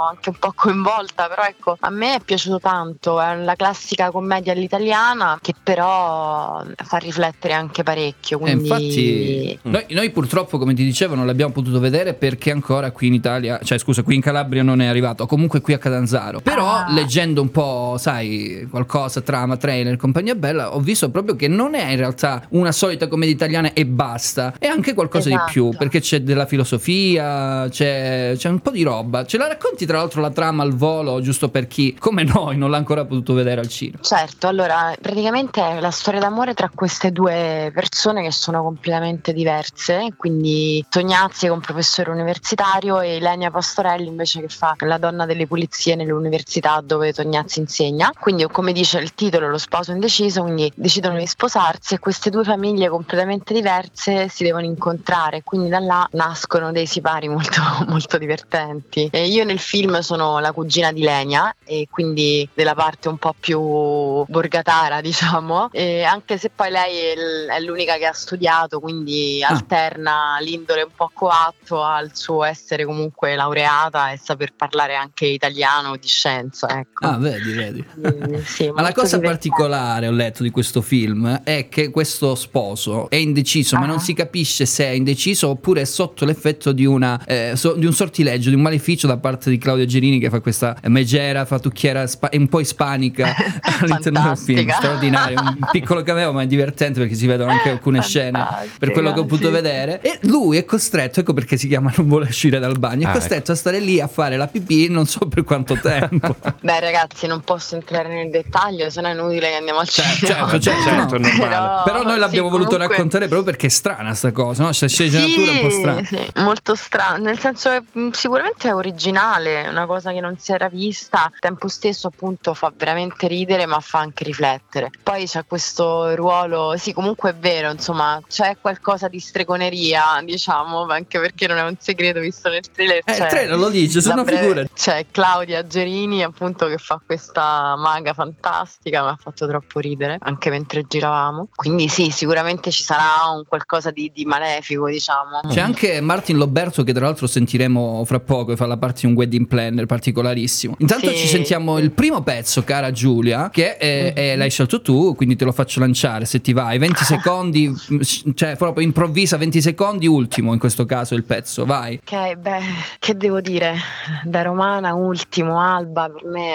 anche un po' coinvolta, però ecco, a me è piaciuto tanto, è la classica commedia all'italiana che però fa riflettere anche parecchio, quindi... Infatti noi purtroppo, come ti dicevo, non l'abbiamo potuto vedere perché ancora qui in Italia, cioè scusa, qui in Calabria non è arrivato, comunque qui a Catanzaro, però leggendo un po', sai, qualcosa, trama, trailer, compagnia bella, ho visto proprio che non è in realtà una solita commedia italiana e basta, è anche qualcosa di più, perché c'è della filosofia, c'è un po' di roba. Ce la racconti tra l'altro la trama al volo, giusto per chi come noi non l'ha ancora potuto vedere al cinema? Certo, allora praticamente è la storia d'amore tra queste due persone che sono completamente diverse, quindi Tognazzi che è un professore universitario e Ilenia Pastorelli invece che fa la donna delle pulizie nell'università dove Tognazzi insegna. Quindi, come dice il titolo, lo sposo indeciso, quindi decidono di sposarsi e queste due famiglie completamente diverse si devono incontrare, quindi da là nascono dei sipari molto, molto divertenti. E io nel film sono la cugina di Ilenia e quindi della parte un po' più borgatara, diciamo, e anche se poi lei è l'unica che ha studiato, quindi alterna l'indole un po' coatto al suo essere comunque laureata e saper parlare anche italiano di scienza, ecco. Vedi. Sì, ma la cosa particolare, ho letto, di questo film è che questo sposo è indeciso, ma non si capisce se è indeciso oppure è sotto l'effetto di un sortileggio, di un maleficio da parte di Claudia Gerini, che fa questa megera fattucchiera un po' ispanica all'interno del film. Straordinario, un piccolo cameo, ma è divertente perché si vedono anche alcune scene per quello che ho potuto vedere. E lui è costretto, ecco perché si chiama Non vuole uscire dal bagno, è costretto a stare lì a fare la pipì non so per quanto tempo. Beh ragazzi, non posso entrare nel dettaglio, se no è inutile che andiamo al cinema. Certo, no. Però noi l'abbiamo voluto raccontare proprio perché è strana sta cosa, no? C'è sceneggiatura un po' strana. Sì, molto strana, nel senso che sicuramente è originale, è una cosa che non si era vista, al tempo stesso appunto fa veramente ridere ma fa anche riflettere. Poi c'è questo ruolo, sì, comunque è vero, insomma c'è qualcosa di stregoneria, diciamo, anche perché non è un segreto visto nel trailer. Il trailer lo dice, sono figure. C'è Claudia Gerini appunto che fa questa maga fantastica, mi ha fatto troppo ridere anche mentre giravamo, quindi sì, sicuramente ci sarà un qualcosa di malefico, diciamo. C'è anche Martin Loberto che tra l'altro sentiremo fra poco, che fa la parte di un wedding planner particolarissimo. Intanto ci sentiamo il primo pezzo, cara Giulia, che l'hai scelto tu, quindi te lo faccio lanciare se ti vai. 20 secondi, cioè proprio improvvisa, 20 secondi, ultimo in questo caso il pezzo, vai. Ok, beh, che devo dire, da romana ultimo, Alba per me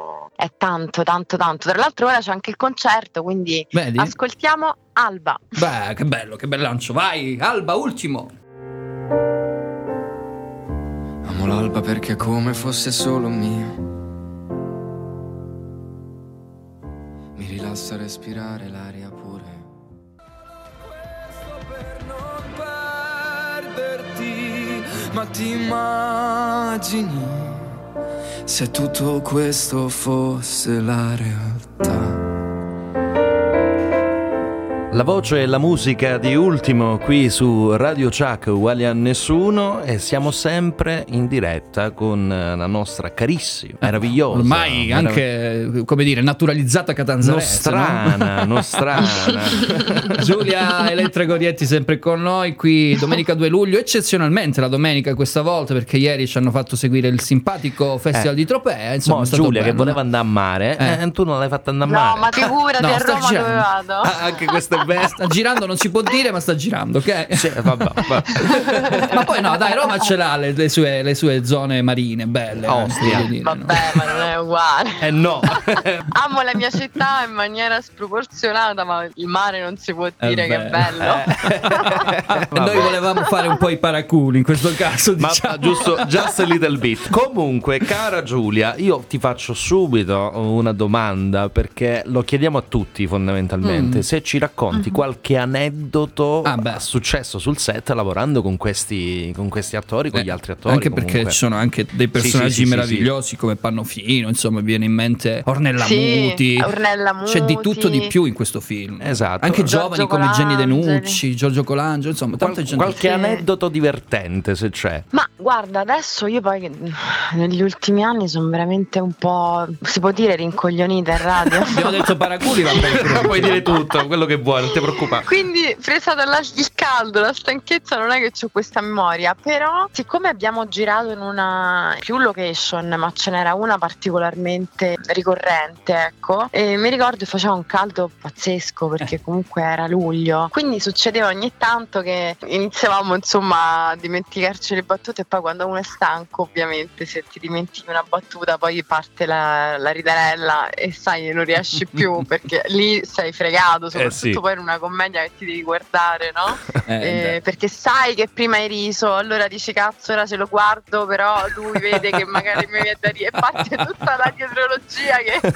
è tanto. Tra l'altro ora c'è anche il concerto, quindi ascoltiamo Alba. Beh, che bello, che bel lancio, vai, Alba, ultimo. Amo l'alba perché è come fosse solo mia. Mi rilassa respirare l'aria pure. Questo per non perderti, ma ti immagini se tutto questo fosse la realtà. La voce e la musica di Ultimo qui su Radio Chuck, uguali a nessuno, e siamo sempre in diretta con la nostra carissima, meravigliosa, ormai anche, come dire, naturalizzata catanzarese, nostrana Giulia Elettra Gorietti sempre con noi qui domenica 2 luglio, eccezionalmente la domenica questa volta, perché ieri ci hanno fatto seguire il simpatico Festival di Tropea, insomma. È stato Giulia bello, che voleva andare a mare, tu non l'hai fatta andare a mare. No, ma figurati, a Roma dove vado. Anche questo è bello. Sta girando, non si può dire, ma sta girando, ok? Sì, vabbè. Ma poi no, dai, Roma ce l'ha le sue zone marine belle. Vabbè, ma non è uguale. No. Amo la mia città in maniera sproporzionata, ma il mare non si può dire che è bello. E noi volevamo fare un po' i paraculi in questo caso, diciamo. Ma giusto, just a little bit. Comunque, cara Giulia, io ti faccio subito una domanda, perché lo chiediamo a tutti fondamentalmente. Se ci racconti qualche aneddoto successo sul set lavorando con questi attori, con gli altri attori. Anche perché ci sono anche dei personaggi meravigliosi come Pannofino, insomma, viene in mente Ornella Muti. C'è di tutto di più in questo film. Esatto. Anche giovani come Jenny De Nucci, Giorgio Colangelo, insomma, tanta gente. Qualche aneddoto divertente, se c'è. Ma guarda, adesso io poi negli ultimi anni sono veramente un po', si può dire, rincoglionita in radio. Abbiamo detto paraculi, va bene. Puoi dire tutto, quello che vuoi. non ti preoccupare. Quindi presa il caldo, la stanchezza, non è che c'ho questa memoria, però siccome abbiamo girato in una più location, ma ce n'era una particolarmente ricorrente, ecco, e mi ricordo che faceva un caldo pazzesco perché comunque era luglio, quindi succedeva ogni tanto che iniziavamo insomma a dimenticarci le battute, e poi quando uno è stanco ovviamente se ti dimentichi una battuta poi parte la ridarella e sai non riesci più perché lì sei fregato, soprattutto poi in una commedia che ti devi guardare, no? Perché sai che prima hai riso, allora dici cazzo ora se lo guardo, però lui vede che magari mi viene da ridere e parte tutta la dietrologia che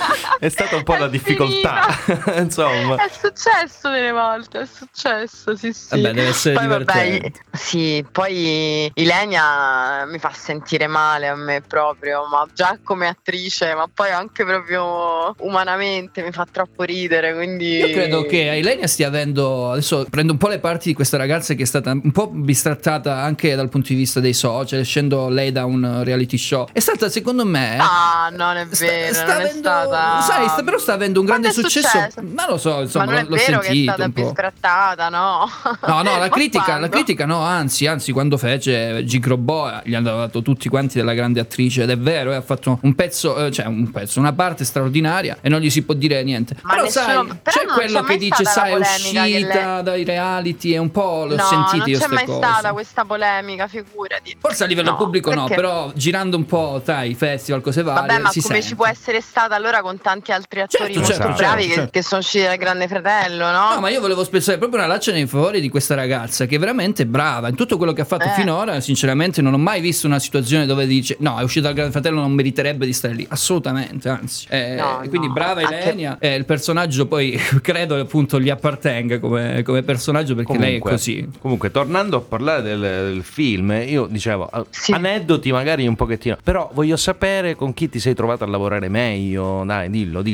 è stata un po' la difficoltà. Insomma, è successo delle volte, è successo, sì. Vabbè, deve essere poi, divertente. Sì, poi Ilenia mi fa sentire male a me proprio, ma già come attrice, ma poi anche proprio umanamente mi fa troppo ridere, quindi io credo che Ilenia stia avendo, adesso prendo un po' le parti di questa ragazza che è stata un po' bistrattata anche dal punto di vista dei social, essendo lei da un reality show, è stata secondo me non è vero, non è stata, sai, però sta avendo un grande successo, ma lo so, insomma, ma non è l'ho vero sentito che è stata un po'. bistrattata, no? No, la critica no, anzi quando fece Gigrobo gli hanno dato tutti quanti della grande attrice, ed è vero, ha fatto un pezzo, una parte straordinaria e non gli si può dire niente. Ma però nessuno, sai, però c'è quello che dice sai è uscita dai reality, e un po' l'ho sentito io queste cose. Non c'è mai stata questa polemica, figurati. Forse a livello pubblico no, però girando un po' tra i festival, cose varie. Vabbè, ma si come sente. ci può essere stata allora con tanti altri attori molto bravi che sono usciti dal Grande Fratello, no? No, ma io volevo spezzare proprio una lancia nei favori di questa ragazza che è veramente brava in tutto quello che ha fatto finora. Sinceramente non ho mai visto una situazione dove dice no, è uscito dal Grande Fratello, non meriterebbe di stare lì, assolutamente, anzi. Quindi brava Ilenia, il personaggio poi credo appunto gli appartenga come personaggio, perché lei è così. Comunque, tornando a parlare del film, io dicevo aneddoti magari un pochettino, però voglio sapere con chi ti sei trovato a lavorare meglio. Dai,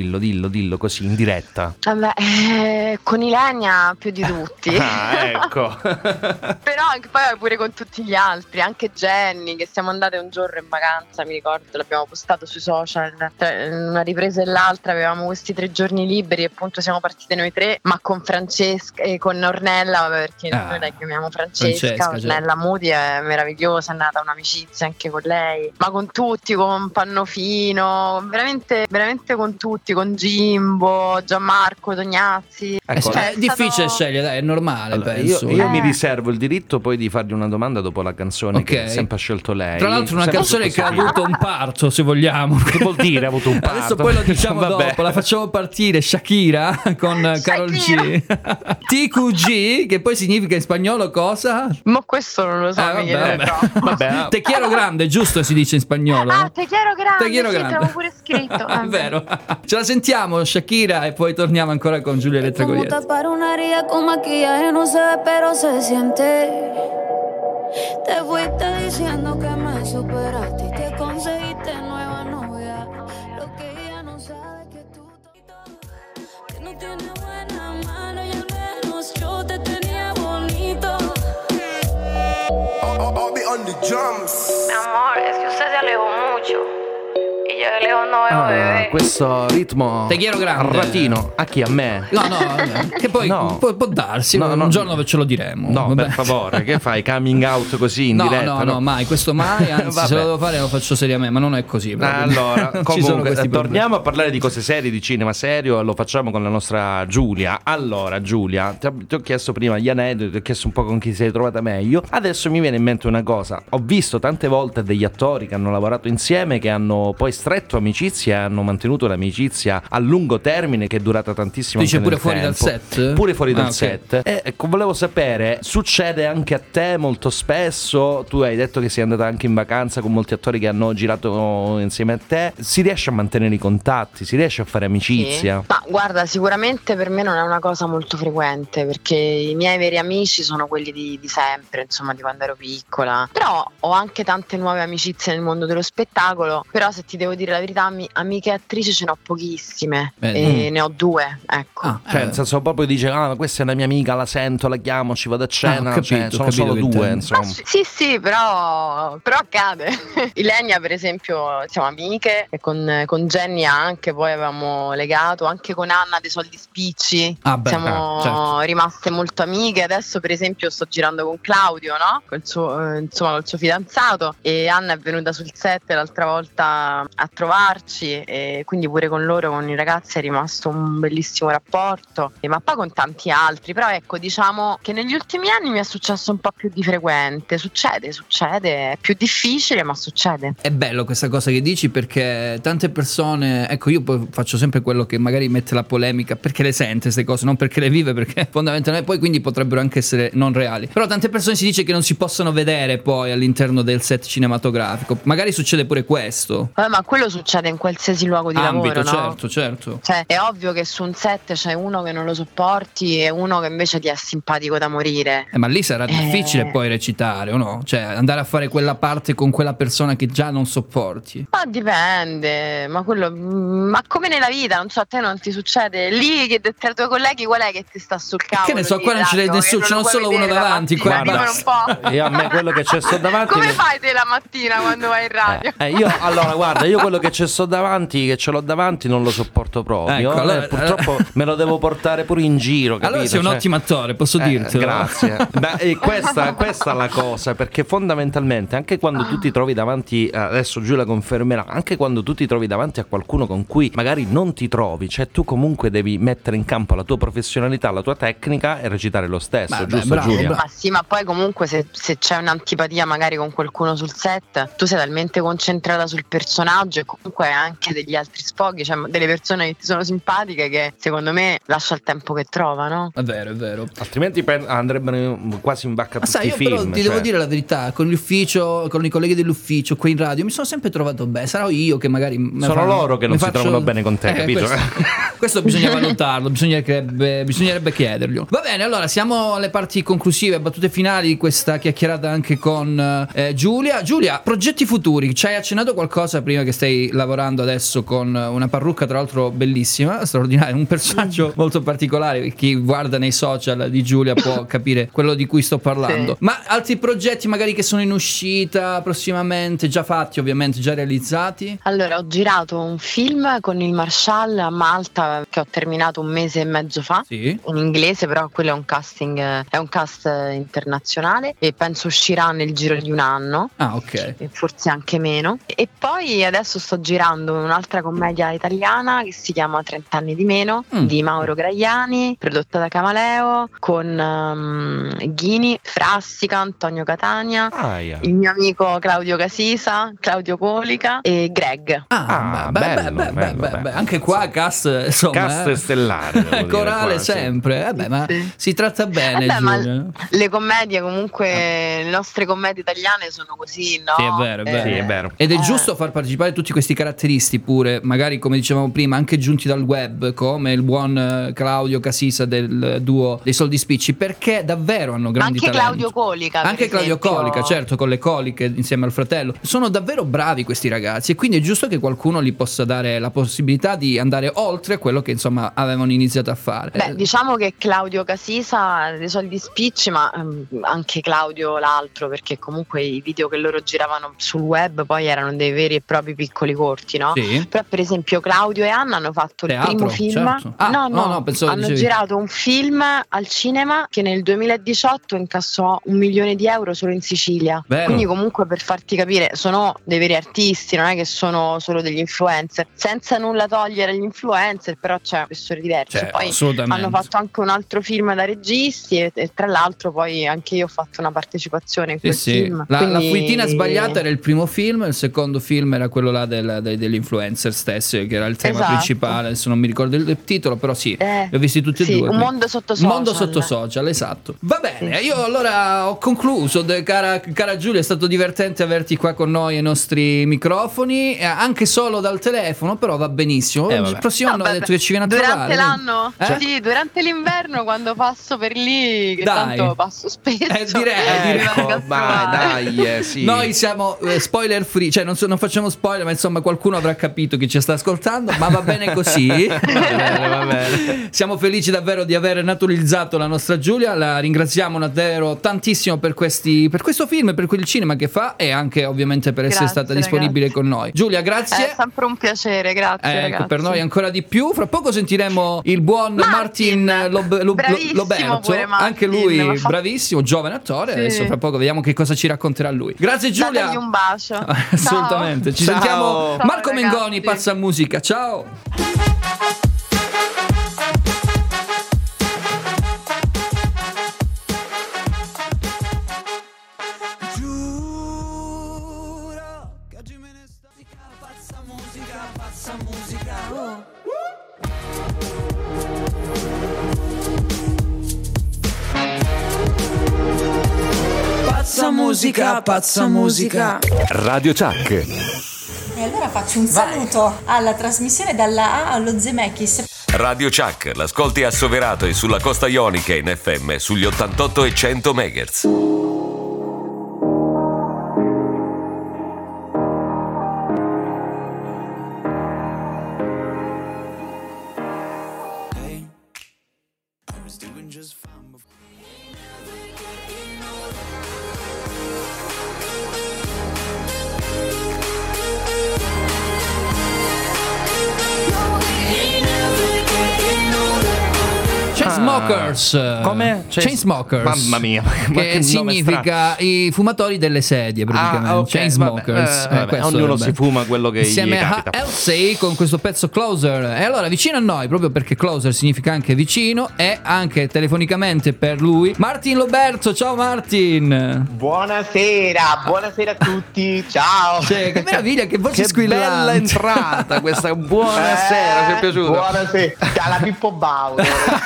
dillo così in diretta. Vabbè, con Ilenia più di tutti. Ecco. Però anche poi pure con tutti gli altri, anche Jenny, che siamo andate un giorno in vacanza, mi ricordo, l'abbiamo postato sui social, tra una ripresa e l'altra avevamo questi 3 giorni liberi e appunto siamo partite noi 3, ma con Francesca e con Ornella, perché noi la chiamiamo Francesca Ornella Muti è meravigliosa, è nata un'amicizia anche con lei, ma con tutti, con Pannofino, veramente con tutti, con Jimbo, Gianmarco, Tognazzi. Ecco, è difficile scegliere, dai, è normale, allora, penso. Io mi riservo il diritto poi di fargli una domanda dopo la canzone che sempre ha scelto lei. Tra l'altro una canzone che ha avuto un parto, se vogliamo. Che vuol dire ha avuto un parto? Adesso poi lo diciamo dopo, la facciamo partire. Shakira con Karol G. TQG, che poi significa in spagnolo cosa? Ma questo non lo so. Vabbè. Te quiero grande, giusto si dice in spagnolo? Te quiero grande, te quiero grande. L'avevo pure scritto. È vero. Ce la sentiamo Shakira e poi torniamo ancora con Giulia Elettragolietta. Tapar una herida con maquillaje no se ve pero se siente. Te fuiste diciendo que me superaste y que conseguiste nueva novia. Lo que ella no sabe que tú que no tienes buena mano y al menos yo te tenía bonito. I'll be on the drums. Mi amor, es que usted se alejó mucho. Y yo de lejos no veo bebé. Questo ritmo te quiero grande ratino a chi? A me? No, che poi può darsi, un giorno ce lo diremo. No, per favore, che fai? Coming out così in diretta? No, mai, questo mai, anzi se lo devo fare lo faccio seriamente, ma non è così proprio. Allora, comunque torniamo a parlare di cose serie, di cinema serio, lo facciamo con la nostra Giulia. Allora Giulia, ti ho chiesto prima gli aneddoti, ti ho chiesto un po' con chi sei trovata meglio. Adesso mi viene in mente una cosa, ho visto tante volte degli attori che hanno lavorato insieme, che hanno poi stretto amicizia e hanno mantenuto l'amicizia a lungo termine, che è durata tantissimo. Dice pure fuori dal set? Pure fuori dal set. Ecco, volevo sapere, succede anche a te molto spesso? Tu hai detto che sei andata anche in vacanza con molti attori che hanno girato insieme a te. Si riesce a mantenere i contatti? Si riesce a fare amicizia? Sì. Ma guarda, sicuramente per me non è una cosa molto frequente, perché i miei veri amici sono quelli di sempre, insomma, di quando ero piccola. Però ho anche tante nuove amicizie nel mondo dello spettacolo. Però se ti devo dire dire la verità, amiche attrici ce n'ho pochissime, e ne ho 2, ecco. Cioè nel senso proprio dice questa è una mia amica, la sento, la chiamo, ci vado a cena, sono solo 2 insomma. Sì, però accade. Ilenia per esempio siamo amiche, e con Jenny anche poi avevamo legato, anche con Anna dei Soldi Spicci siamo rimaste molto amiche. Adesso per esempio sto girando con Claudio, no? Col suo fidanzato, e Anna è venuta sul set l'altra volta a trovarci, e quindi pure con loro, con i ragazzi, è rimasto un bellissimo rapporto, ma poi con tanti altri. Però ecco, diciamo che negli ultimi anni mi è successo un po' più di frequente. Succede, è più difficile, ma succede. È bello questa cosa che dici, perché tante persone, ecco, io poi faccio sempre quello che magari mette la polemica, perché le sente queste cose, non perché le vive, perché fondamentalmente poi quindi potrebbero anche essere non reali. Però tante persone si dice che non si possono vedere poi all'interno del set cinematografico. Magari succede pure questo. Ma quello succede in qualsiasi luogo di lavoro, no? Certo. Cioè è ovvio che su un set c'è uno che non lo sopporti e uno che invece ti è simpatico da morire. Ma lì sarà difficile poi recitare, o no? Cioè andare a fare quella parte con quella persona che già non sopporti. Ma dipende, ma come nella vita, non so, a te non ti succede? Lì che tra i tuoi colleghi qual è che ti sta sul cavolo? Che ne so, qua non ce n'è nessuno, ce n'ho solo uno davanti. Guarda, e a me quello che c'è sto davanti. Come fai te la mattina quando vai in radio? Io quello che c'è sto davanti, che ce l'ho davanti, non lo sopporto proprio. Ecco, allora, purtroppo me lo devo portare pure in giro, capito? Allora sei un ottimo attore, posso dirtelo. Grazie. Questa è la cosa, perché fondamentalmente anche quando tu ti trovi davanti, adesso Giulia confermerà, anche quando tu ti trovi davanti a qualcuno con cui magari non ti trovi, cioè tu comunque devi mettere in campo la tua professionalità, la tua tecnica e recitare lo stesso, giusto bravo, Giulia? Ma sì, ma poi comunque se c'è un'antipatia magari con qualcuno sul set, tu sei talmente concentrata sul personaggio, e comunque anche degli altri sfoghi, cioè delle persone che ti sono simpatiche, che secondo me lascia il tempo che trova, no? È vero. Altrimenti andrebbero quasi in bacca tutti i film. Però ti devo dire la verità, con l'ufficio, con i colleghi dell'ufficio qui in radio mi sono sempre trovato bene. Sarò io che magari sono loro che non si trovano bene con te, capito? Questo bisogna valutarlo, bisognerebbe chiederglielo. Va bene, allora siamo alle parti conclusive, battute finali di questa chiacchierata anche con Giulia. Giulia, progetti futuri, ci hai accennato qualcosa prima, che stai lavorando adesso con una parrucca tra l'altro bellissima, straordinaria, un personaggio molto particolare. Chi guarda nei social di Giulia può capire quello di cui sto parlando. Sì. Ma altri progetti magari che sono in uscita prossimamente, già fatti ovviamente, già realizzati? Allora, ho girato un film con il Marshall a Malta che ho terminato 1 mese e mezzo fa, sì, in inglese, però quello è un cast internazionale, e penso uscirà nel giro di 1 anno. Ok. E forse anche meno. E poi adesso sto girando un'altra commedia italiana che si chiama 30 anni di meno, di Mauro Graiani, prodotta da Camaleo, con Ghini, Frassica, Antonio Catania, il mio amico Claudio Casisa, Claudio Colica e Greg. Beh, anche qua cast, insomma, cast stellare, corale qua, sempre. Ma si tratta bene, Giulia. Ma le commedie comunque, le nostre commedie italiane sono così, no? Sì, è vero. Ed è giusto far partecipare tutti questi caratteristi pure, magari come dicevamo prima, anche giunti dal web, come il buon Claudio Casisa del duo dei Soldi Spicci, perché davvero hanno grandi talenti. Claudio Colica, anche Claudio Colica, certo, con le coliche insieme al fratello. Sono davvero bravi questi ragazzi, e quindi è giusto che qualcuno gli possa dare la possibilità di andare oltre quello che insomma avevano iniziato a fare. Beh, diciamo che Claudio Casisa dei Soldi Spicci, ma anche Claudio l'altro, perché comunque i video che loro giravano sul web poi erano dei veri e propri piccoli corti, no? Sì. Però per esempio Claudio e Anna hanno fatto il primo film, certo. No, hanno girato un film al cinema che nel 2018 incassò 1 milione di euro solo in Sicilia. Bene. Quindi comunque, per farti capire, sono dei veri artisti, non è che sono solo degli influencer, senza nulla togliere agli influencer, però c'è una storia diversa. Poi hanno fatto anche un altro film da registi, e tra l'altro poi anche io ho fatto una partecipazione in quel film. La Fuitina Sbagliata era il primo film, il secondo film era quello là degli influencer stessi, che era il tema principale. Adesso non mi ricordo il titolo, però li ho visti tutti e due. Un mondo sotto social. Un mondo sotto social, esatto. Va bene, io allora ho concluso. Cara Giulia, è stato divertente averti qua con noi ai nostri microfoni, anche solo dal telefono, però va benissimo. Il prossimo anno hai detto che ci viene a trovare. Durante l'anno? Sì, durante l'inverno, quando passo per lì, che tanto passo spesso. Direi. Dai, sì. Noi siamo spoiler free, cioè non facciamo spoiler, ma insomma qualcuno avrà capito chi ci sta ascoltando, ma va bene così. Va bene. Siamo felici davvero di aver naturalizzato la nostra Giulia, la ringraziamo davvero tantissimo per questo film, per quel cinema che fa e anche ovviamente per essere stata disponibile con noi. Giulia, grazie. È sempre un piacere, grazie ragazzi. Per noi ancora di più. Fra poco sentiremo il buon Martin Loberto, anche lui bravissimo, giovane attore. Sì. Adesso fra poco vediamo che cosa ci racconterà lui. Grazie Giulia. Datagli un bacio. Assolutamente. Ci sentiamo. Ciao, Marco ragazzi. Mengoni, Pazza Musica. Ciao. Pazza musica. Radio Chuck. E allora faccio un saluto alla trasmissione dalla A allo Zemeckis. Radio Chuck, l'ascolti a Soverato e sulla costa ionica in FM sugli 88 e 100 MHz. Come? Chainsmokers. Mamma mia. Che significa i fumatori delle sedie praticamente. Okay. Chainsmokers. Ognuno si fuma quello che insieme gli capita. A Halsey con questo pezzo Closer. E allora vicino a noi, proprio perché Closer significa anche vicino, e anche telefonicamente per lui Martin Loberto. Ciao Martin. Buonasera a tutti. Ciao. Cioè, che meraviglia, che voce squillante. Bella entrata questa. Buonasera, ti è piaciuta? Buonasera. Alla Pippo Bauer.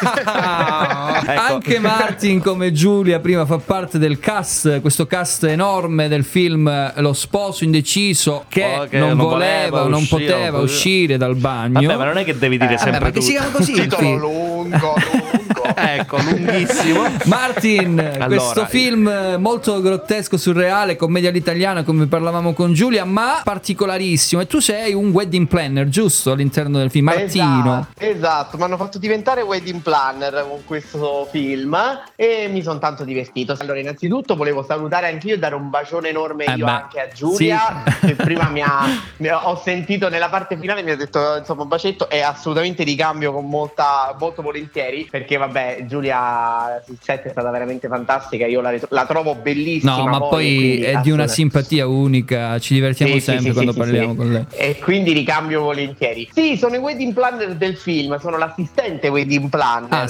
Ecco. Anche Martin, come Giulia prima, fa parte del cast, questo cast enorme del film Lo sposo indeciso che non voleva o non poteva uscire dal bagno. Vabbè, ma non è che devi dire sempre ma che si chiama così? Titolo lungo. Ecco, lunghissimo. Martin, allora, questo film molto grottesco, surreale, commedia all'italiana, come parlavamo con Giulia, ma particolarissimo. E tu sei un wedding planner, giusto? All'interno del film, Martino. Esatto, mi hanno fatto diventare wedding planner con questo film e mi sono tanto divertito. Allora, innanzitutto volevo salutare anch'io e dare un bacione enorme anche a Giulia, sì. Che prima ho sentito nella parte finale, mi ha detto insomma un bacetto, e assolutamente ricambio con molto volentieri, perché vabbè, Giulia sul set è stata veramente fantastica, io la trovo bellissima. No, ma poi è di una simpatia unica, ci divertiamo sempre quando parliamo con lei. E quindi ricambio volentieri. Sì, sono i wedding planner del film, sono l'assistente wedding planner.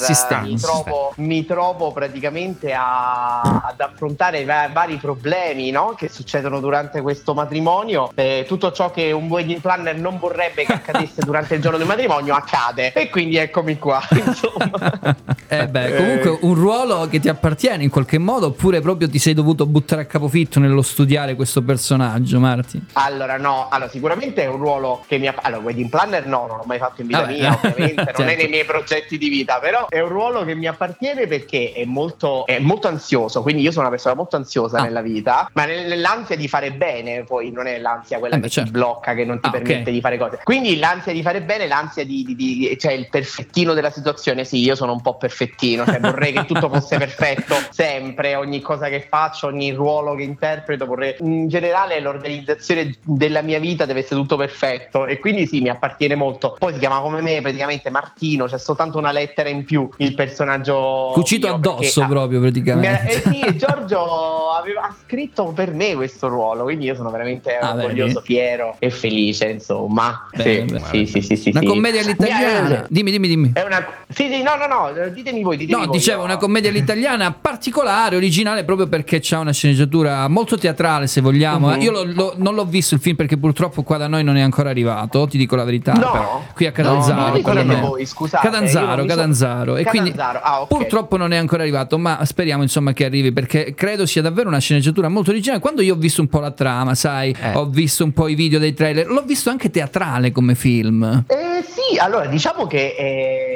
Mi trovo praticamente ad affrontare vari problemi, no? Che succedono durante questo matrimonio. Tutto ciò che un wedding planner non vorrebbe che accadesse durante il giorno del matrimonio accade, e quindi eccomi qua, insomma. Comunque un ruolo che ti appartiene in qualche modo, oppure proprio ti sei dovuto buttare a capofitto nello studiare questo personaggio, Marti? Allora sicuramente è un ruolo che wedding planner non l'ho mai fatto in vita mia, ovviamente, certo. Non è nei miei progetti di vita, però è un ruolo che mi appartiene perché è molto ansioso, quindi io sono una persona molto ansiosa nella vita, ma nell'ansia di fare bene, poi non è l'ansia quella che ti blocca, che non ti permette di fare cose, quindi l'ansia di fare bene, l'ansia di cioè il perfettino della situazione. Sì, io sono un po' perfettino, cioè vorrei che tutto fosse perfetto sempre, ogni cosa che faccio, ogni ruolo che interpreto, vorrei, in generale l'organizzazione della mia vita deve essere tutto perfetto, e quindi sì, mi appartiene molto. Poi si chiama come me praticamente Martino, c'è soltanto una lettera in più, il personaggio cucito addosso proprio praticamente. Sì, Giorgio ha scritto per me questo ruolo, quindi io sono veramente orgoglioso, fiero e felice, insomma. Sì. Una commedia all'italiana. Dimmi. È una no, ditemi voi. Dicevo, una commedia all'italiana particolare, originale, proprio perché c'ha una sceneggiatura molto teatrale, se vogliamo. Io non l'ho visto il film perché purtroppo qua da noi non è ancora arrivato, ti dico la verità. No. Qui a Catanzaro. Voi, scusate, Catanzaro. E quindi purtroppo non è ancora arrivato, ma speriamo insomma che arrivi, perché credo sia davvero una sceneggiatura molto originale. Quando io ho visto un po' la trama, sai, ho visto un po' i video dei trailer, l'ho visto anche teatrale come film. Sì, allora diciamo che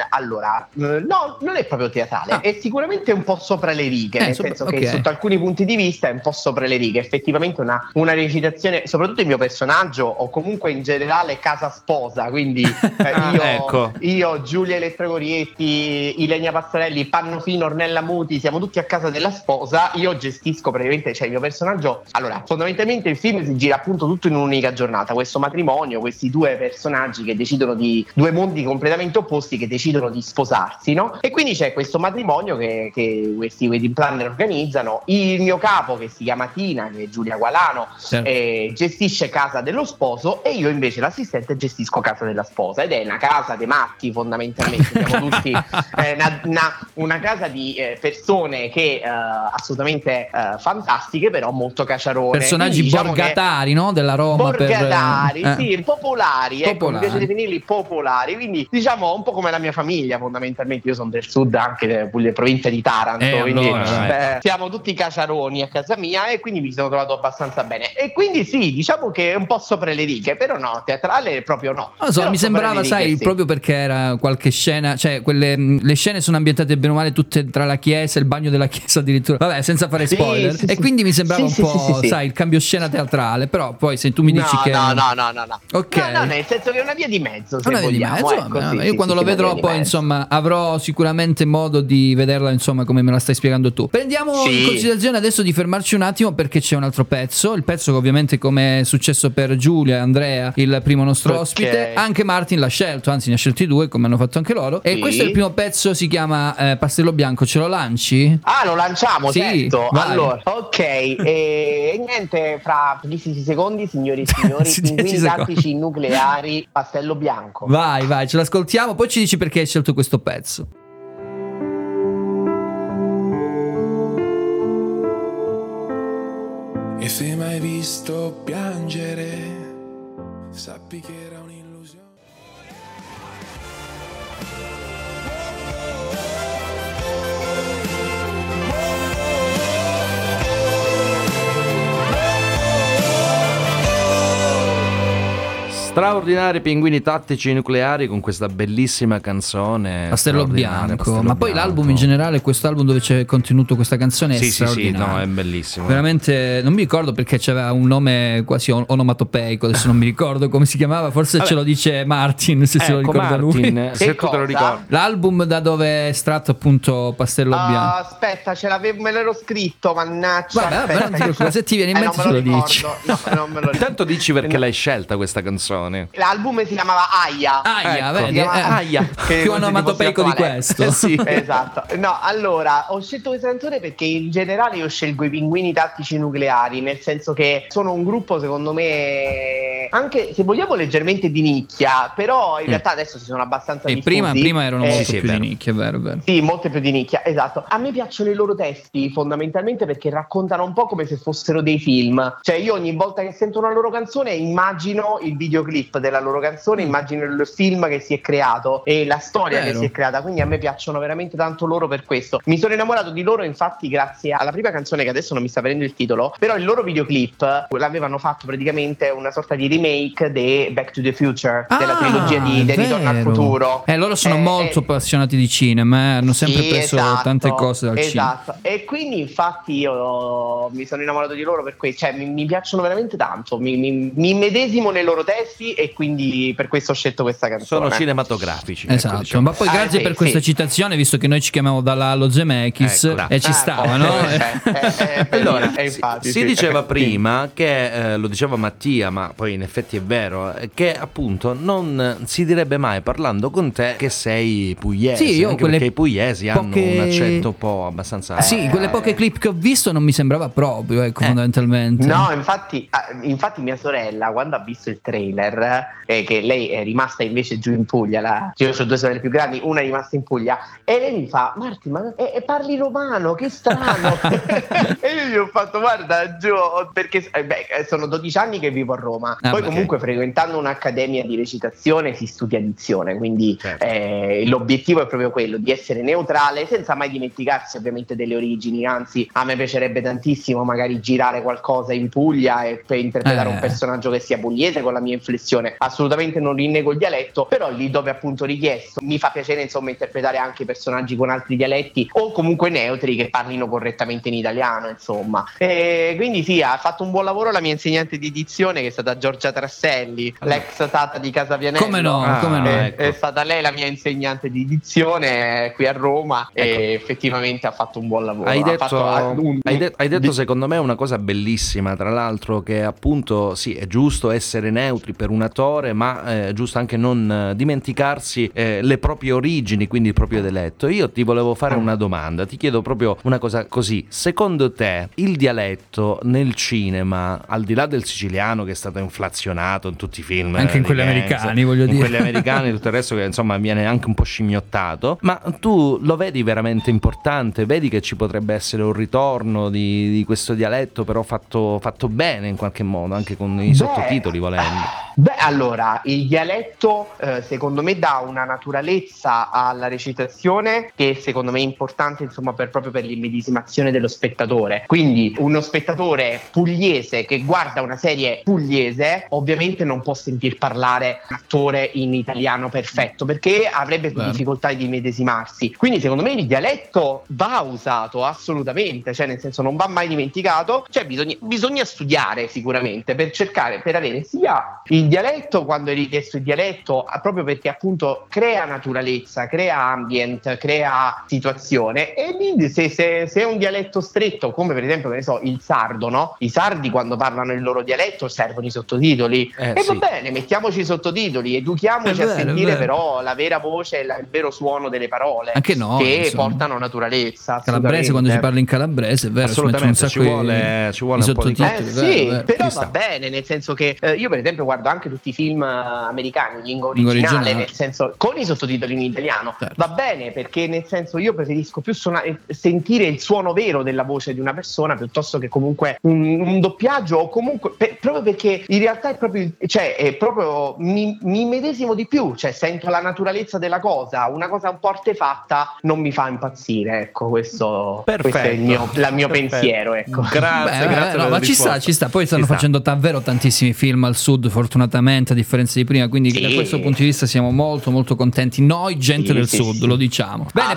no, non è proprio teatrale, è sicuramente un po' sopra le righe, nel senso che sotto alcuni punti di vista è un po' sopra le righe. Effettivamente una recitazione, soprattutto il mio personaggio, o comunque in generale casa sposa, quindi io, Giulia Elettra Gorietti, Ilenia Pastorelli, Pannofino, Ornella Muti, siamo tutti a casa della sposa. Io gestisco praticamente, cioè il mio personaggio, allora fondamentalmente il film si gira appunto tutto in un'unica giornata, questo matrimonio, questi due personaggi che decidono di due mondi completamente opposti che decidono di sposarsi, no? E quindi c'è questo matrimonio che questi wedding planner organizzano. Il mio capo, che si chiama Tina, che è Giulia Gualano, gestisce casa dello sposo, e io invece l'assistente gestisco casa della sposa, ed è una casa dei matti fondamentalmente. Siamo tutti una casa di persone che assolutamente fantastiche, però molto caciarone, personaggi borgatari, no? Della Roma, borgatari, sì, popolari, ecco, mi piace definirli popolari, quindi diciamo un po' come la mia famiglia fondamentalmente. Io sono del sud, anche della provincia di Taranto, quindi siamo tutti caciaroni a casa mia, e quindi mi sono trovato abbastanza bene. E quindi sì, diciamo che è un po' sopra le righe, però no, teatrale proprio no. Non so, mi sembrava, sai, proprio perché era qualche scena, cioè le scene sono ambientate bene o male tutte tra la chiesa e il bagno della chiesa addirittura, vabbè, senza fare spoiler, quindi mi sembrava un po', sai, il cambio scena teatrale. Però poi se tu mi dici che no, ok, no, nel senso che è una via di mezzo, se una via vogliamo, di mezzo, io quando lo vedrò poi insomma avrò sicuramente modo di vederla, insomma, come me la stai spiegando tu. Prendiamo in considerazione adesso di fermarci un attimo, perché c'è un altro pezzo, il pezzo che ovviamente, come è successo per Giulia e Andrea, il primo nostro ospite, anche Martin l'ha scelto, anzi ne ha scelti due come hanno fatto anche loro, e questo è il primo pezzo, si chiama Pastello Bianco. Ce lo lanci? Lo lanciamo, certo. Vai. Allora, ok, e niente, fra pochissimi secondi, signori e signori, pinguini tattici nucleari, Pastello Bianco. Vai, ce l'ascoltiamo, poi ci dici perché hai scelto questo pezzo. E se mai visto piangere, sappi che era un'illusione. Straordinari pinguini tattici nucleari con questa bellissima canzone Pastello Bianco. Ma poi l'album in generale, questo album dove c'è contenuto questa canzone, è straordinario. Sì, no, è bellissimo. Veramente non mi ricordo perché c'aveva un nome quasi onomatopeico, adesso non mi ricordo come si chiamava, forse ce lo dice Martin, se se lo ricorda Martin, lui. Se tu te lo ricordi. L'album da dove è estratto appunto Pastello Bianco. Aspetta, me l'ero scritto, mannaggia. Vabbè, non ti preoccupare, se ti viene in mente ce lo dici. No, non me lo ricordo. Intanto dici perché l'hai scelta questa canzone. L'album si chiamava Aia. Vedi? Aia. Più onomatopeico di questo. Sì, esatto. No, allora, ho scelto questa canzone perché in generale io scelgo i pinguini tattici nucleari, nel senso che sono un gruppo, secondo me, anche se vogliamo leggermente di nicchia, però in realtà adesso si sono abbastanza diffusi. Prima erano molto più di nicchia, vero. Sì, molto più di nicchia, esatto. A me piacciono i loro testi fondamentalmente perché raccontano un po' come se fossero dei film. Cioè io ogni volta che sento una loro canzone immagino il videoclip della loro canzone, immagino il film che si è creato e la storia che si è creata, quindi a me piacciono veramente tanto loro per questo. Mi sono innamorato di loro infatti grazie alla prima canzone, che adesso non mi sta venendo il titolo, però il loro videoclip l'avevano fatto praticamente una sorta di remake di Back to the Future, della trilogia di Ritorno al futuro. Loro sono molto appassionati di cinema, hanno sempre preso tante cose dal cinema. E quindi infatti io mi sono innamorato di loro per questo, cioè mi piacciono veramente tanto, mi immedesimo nei loro testi, e quindi per questo ho scelto questa canzone. Sono cinematografici. Esatto, ecco, diciamo. Ma poi grazie per questa citazione, visto che noi ci chiamiamo dalla allo Zemeckis, e ci stava, no? Allora, si diceva prima che, lo diceva Mattia, ma poi in effetti è vero, che appunto non si direbbe mai parlando con te che sei pugliese, sì, io perché i pugliesi hanno un accento un po' abbastanza... Sì, quelle poche clip che ho visto non mi sembrava proprio, ecco, fondamentalmente. No, infatti mia sorella, quando ha visto il trailer, che lei è rimasta invece giù in Puglia, io ho due sorelle più grandi, una è rimasta in Puglia, e lei mi fa: Marti, ma parli romano, che strano. E io gli ho fatto: guarda, giù, perché sono 12 anni che vivo a Roma, poi Poi comunque frequentando un'accademia di recitazione si studia dizione, quindi l'obiettivo è proprio quello di essere neutrale senza mai dimenticarsi ovviamente delle origini. Anzi, a me piacerebbe tantissimo magari girare qualcosa in Puglia e per interpretare un personaggio che sia pugliese con la mia inflessione. Assolutamente non rinnego il dialetto, però lì dove appunto richiesto mi fa piacere insomma interpretare anche personaggi con altri dialetti o comunque neutri che parlino correttamente in italiano, insomma. Quindi sì, ha fatto un buon lavoro la mia insegnante di dizione, che è stata Giorgia Trasselli, l'ex tata di Casapianello. Come no, ecco. È stata lei la mia insegnante di dizione qui a Roma, e effettivamente ha fatto un buon lavoro. Hai detto secondo me una cosa bellissima, tra l'altro, che appunto sì, è giusto essere neutri per un attore, ma è giusto anche non dimenticarsi le proprie origini, quindi il proprio dialetto. Io ti volevo fare una domanda, ti chiedo proprio una cosa così: secondo te il dialetto nel cinema, al di là del siciliano che è stato inflazionato in tutti i film, anche in quelli americani, voglio dire, in quelli americani e tutto il resto che insomma viene anche un po' scimmiottato, ma tu lo vedi veramente importante? Vedi che ci potrebbe essere un ritorno di questo dialetto, però fatto bene in qualche modo, anche con i sottotitoli volendo? Allora, il dialetto secondo me dà una naturalezza alla recitazione che secondo me è importante, insomma, proprio per l'immedesimazione dello spettatore. Quindi uno spettatore pugliese che guarda una serie pugliese ovviamente non può sentir parlare un attore in italiano perfetto, perché avrebbe difficoltà di immedesimarsi. Quindi secondo me il dialetto va usato assolutamente, cioè nel senso non va mai dimenticato, cioè bisogna studiare sicuramente per cercare, per avere sia il dialetto quando è richiesto il dialetto, proprio perché appunto crea naturalezza, crea ambient, crea situazione. E quindi se è un dialetto stretto, come per esempio, che ne so, il sardo, no? I sardi quando parlano il loro dialetto servono i sottotitoli, e va bene, mettiamoci i sottotitoli, educhiamoci a sentire però la vera voce, il vero suono delle parole, anche no, che insomma, portano naturalezza. Calabrese, quando si parla in calabrese, è vero, assolutamente ci vuole un sottotitoli, po' vero. Però va bene, nel senso che io per esempio guardo anche tutti i film americani in lingua originale, nel senso con i sottotitoli in italiano, va bene, perché nel senso io preferisco più sentire il suono vero della voce di una persona piuttosto che comunque un doppiaggio, o comunque proprio perché in realtà è proprio mi medesimo di più, cioè sento la naturalezza della cosa. Una cosa un po' artefatta non mi fa impazzire, ecco, questo è il mio pensiero, ecco. Grazie no, ma ci sta, poi stanno facendo davvero tantissimi film al sud, fortunatamente, a differenza di prima, quindi da questo punto di vista siamo molto molto contenti noi, gente del sud, lo diciamo. Bene,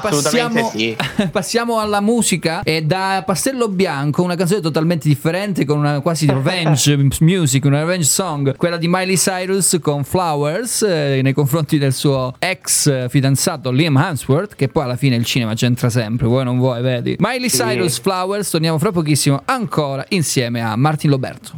passiamo alla musica, e da Pastello Bianco una canzone totalmente differente, con una quasi revenge music, una revenge song, quella di Miley Cyrus con Flowers, nei confronti del suo ex fidanzato Liam Hemsworth, che poi alla fine il cinema c'entra sempre, vuoi non vuoi, vedi. Miley Cyrus, Flowers, torniamo fra pochissimo ancora insieme a Martin Loberto.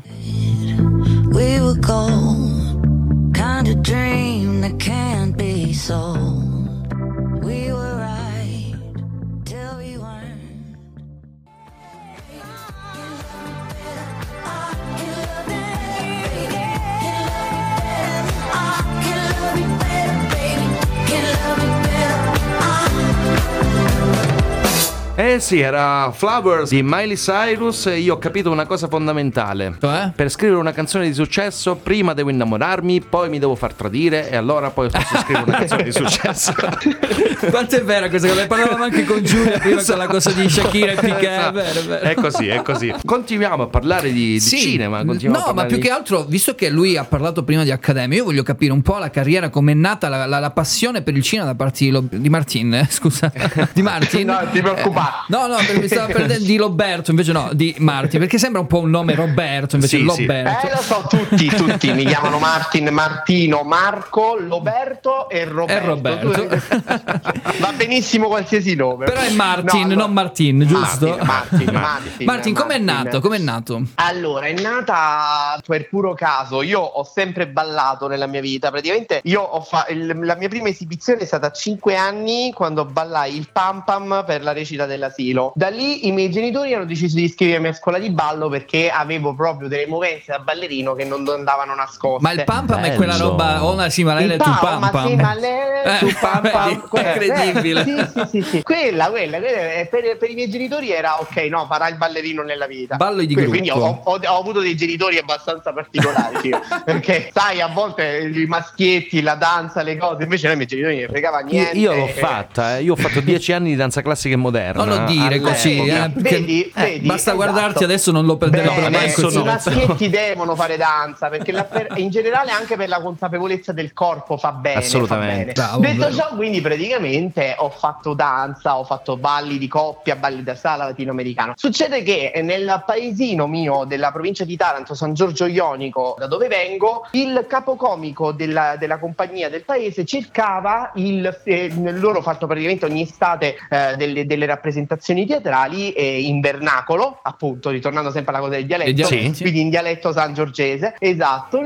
We were gold, kind of dream that can't be sold. We were right till we weren't. Eh sì, era Flowers di Miley Cyrus, e io ho capito una cosa fondamentale. Per scrivere una canzone di successo prima devo innamorarmi, poi mi devo far tradire, e allora poi posso scrivere una canzone di successo. Quanto è vera questa cosa? Ne parlavamo anche con Giulia prima, con la cosa di Shakira e Piqué. È così. Continuiamo a parlare di cinema. Ma più che altro, visto che lui ha parlato prima di Accademia, io voglio capire un po' la carriera, com'è nata la passione per il cinema da parte di Martin, scusa, di Martin. No, ti preoccupare. No, mi stava perdendo di Roberto, invece no, di Martin, perché sembra un po' un nome Roberto, invece Roberto. Lo so, tutti mi chiamano Martin, Martino, Marco, Roberto e Roberto. Va benissimo qualsiasi nome. Però è Martin, non Martin, giusto? Martin, com'è nato? Allora, è nata per puro caso. Io ho sempre ballato nella mia vita. Praticamente la mia prima esibizione è stata a 5 anni, quando ballai il Pam Pam per la recita della dell'asilo. Da lì i miei genitori hanno deciso di iscrivermi a scuola di ballo perché avevo proprio delle movenze da ballerino che non andavano nascoste. Ma il pam pam è quella roba, ona si malele tu pam pam. Tu pam pam, incredibile. Sì. Quella per i miei genitori era ok, no, farà il ballerino nella vita. Ballo di gruppo. Quindi ho avuto dei genitori abbastanza particolari, perché sai, a volte i maschietti, la danza, le cose, invece ai miei genitori non fregava niente. Io l'ho fatta, io ho fatto 10 anni di danza classica e moderna. Non lo dire così, vedi, basta guardarti, adesso non lo perderebbero mai. I maschietti devono fare danza, perché in generale anche per la consapevolezza del corpo fa bene. Assolutamente. Fa bene. Detto ciò, quindi praticamente ho fatto danza, ho fatto balli di coppia, balli da sala latinoamericano. Succede che nel paesino mio della provincia di Taranto, San Giorgio Ionico, da dove vengo, il capocomico della compagnia del paese cercava loro fatto praticamente ogni estate delle rappresentazioni teatrali in vernacolo, appunto, ritornando sempre alla cosa del dialetto, quindi in dialetto sangiorgese, esatto.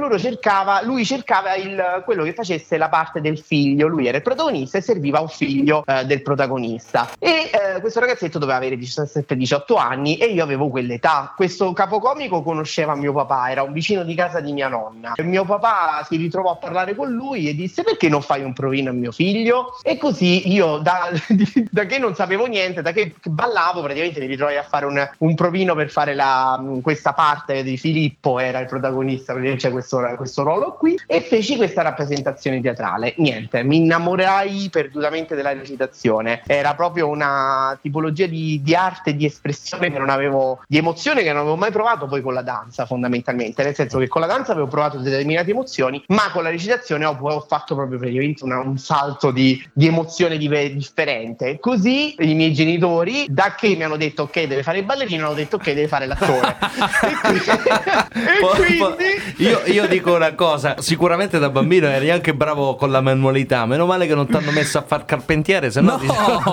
Lui cercava quello che facesse la parte del figlio, lui era il protagonista e serviva un figlio del protagonista, e questo ragazzetto doveva avere 17-18 anni e io avevo quell'età. Questo capocomico conosceva mio papà, era un vicino di casa di mia nonna, e mio papà si ritrovò a parlare con lui e disse: perché non fai un provino a mio figlio? E così io da che non sapevo niente, da che ballavo, praticamente mi ritrovai a fare un provino per fare questa parte di Filippo, era il protagonista, c'è questo ruolo qui, e feci questa rappresentazione teatrale. Niente, mi innamorai perdutamente della recitazione, era proprio una tipologia di arte, di espressione di emozione che non avevo mai provato poi con la danza, fondamentalmente, nel senso che con la danza avevo provato determinate emozioni, ma con la recitazione ho fatto proprio praticamente un salto di emozione differente. Così i miei genitori, da che mi hanno detto ok deve fare il ballerino, hanno detto ok deve fare l'attore. Io dico una cosa, sicuramente da bambino eri anche bravo con la manualità, meno male che non ti hanno messo a far carpentiere, se no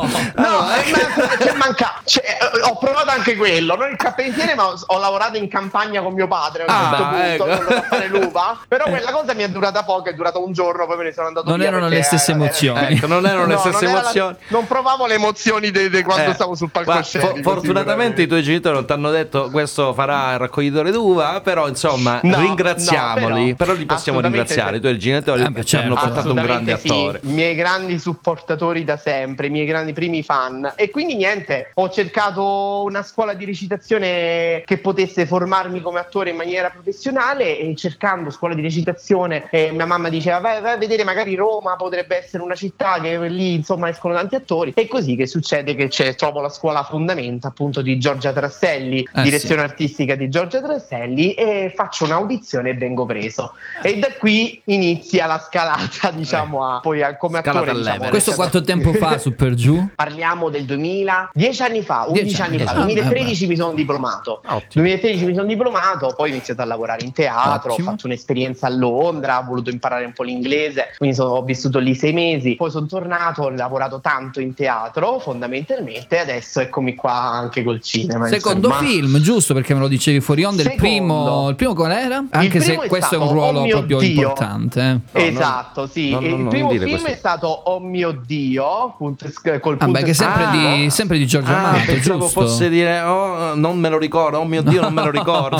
ho provato anche quello, non il carpentiere, ma ho lavorato in campagna con mio padre a fare l'uva, però quella cosa mi è durata poco, è durata un giorno, poi me ne sono andato non via erano le stesse emozioni. Non erano le stesse emozioni. Non provavo le emozioni di quando stavo sul palcoscenico. Fortunatamente i tuoi genitori non ti hanno detto questo farà il raccoglitore d'uva, però insomma ringraziamoli, però li possiamo ringraziare. I tuoi genitori ci hanno portato un grande attore. I miei grandi supportatori da sempre, i miei grandi primi fan, e quindi niente, ho cercato una scuola di recitazione che potesse formarmi come attore in maniera professionale, e cercando scuola di recitazione mia mamma diceva vai a vedere, magari Roma potrebbe essere una città che lì insomma escono tanti attori. È così che succede che trovo la scuola Fondamenta, appunto, di Giorgia Trasselli, direzione artistica di Giorgia Trasselli, e faccio un'audizione e vengo preso, e da qui inizia la scalata, diciamo, poi come attore, diciamo. Questo quanto tempo fa, su per giù? Parliamo del 10 anni fa, 11 anni fa, 2013 mi sono diplomato. 2013 mi sono diplomato, poi ho iniziato a lavorare in teatro. Ho fatto un'esperienza a Londra, ho voluto imparare un po' l'inglese, quindi ho vissuto lì 6 mesi, poi sono tornato, ho lavorato tanto in teatro fondamentalmente, e adesso eccomi qua anche col cinema. Secondo film, giusto, perché me lo dicevi fuori onda, il primo qual era? Anche se questo è un ruolo proprio importante. Esatto, sì. Il primo film è stato Oh mio Dio, col punto che sempre di Giorgio Amato, giusto? Fosse dire non me lo ricordo, oh mio Dio, non me lo ricordo.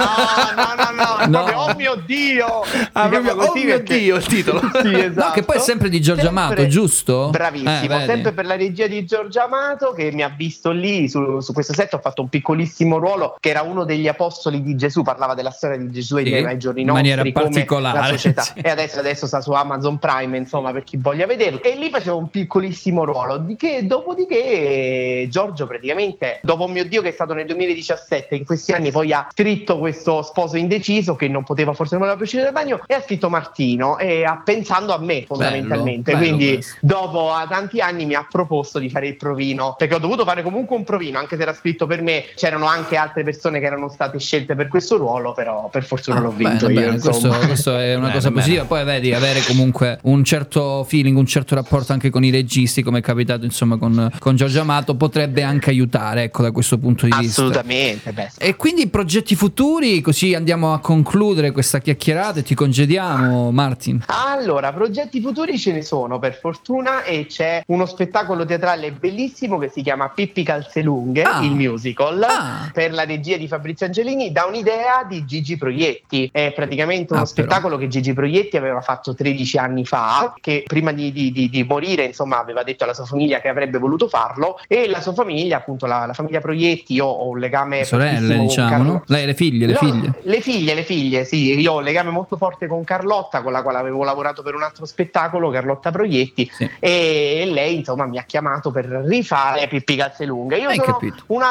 No. Oh mio Dio, oh mio Dio, il titolo. Sì, esatto. No, che poi è sempre di Giorgio Amato, giusto? Bravissimo, sempre per la regia di Giorgio Amato, che mi ha visto lì su questo set. Ho fatto un piccolissimo ruolo che era uno degli apostoli di Gesù, parlava della storia di Gesù ai giorni nostri, in maniera particolare, la società. E adesso sta su Amazon Prime, insomma, per chi voglia vederlo. E lì facevo un piccolissimo ruolo, dopodiché Giorgio praticamente, dopo Oh mio Dio, che è stato nel 2017, in questi anni poi ha scritto questo Sposo indeciso, che non poteva uscire dal bagno, e ha scritto Martino, e pensando a me fondamentalmente. Quindi dopo tanti anni mi ha proposto di fare il provino, perché ho dovuto fare comunque un provino, anche se era scritto per me. C'erano anche altre persone che erano state scelte per questo ruolo, però per fortuna l'ho vinto io. Questo è una cosa positiva. Poi vedi, avere comunque un certo feeling, un certo rapporto anche con i registi, come è capitato insomma con Giorgio Amato, potrebbe anche aiutare, ecco, da questo punto di vista. Assolutamente. E quindi progetti futuri, così andiamo a concludere questa chiacchierata e ti congediamo, Martin. Allora, progetti futuri ce ne sono, per fortuna, e c'è uno spettacolo teatrale bellissimo che che si chiama Pippi Calzelunghe, il musical, per la regia di Fabrizio Angelini, da un'idea di Gigi Proietti. È praticamente uno spettacolo che Gigi Proietti aveva fatto 13 anni fa, che prima di morire, insomma, aveva detto alla sua famiglia che avrebbe voluto farlo, e la sua famiglia, appunto la famiglia Proietti, io ho un legame sorelle, diciamo, no? Lei le figlie. Le figlie, sì, io ho un legame molto forte con Carlotta, con la quale avevo lavorato per un altro spettacolo, Carlotta Proietti, e lei, insomma, mi ha chiamato per rifare Pippi Calzelunghe. Io sono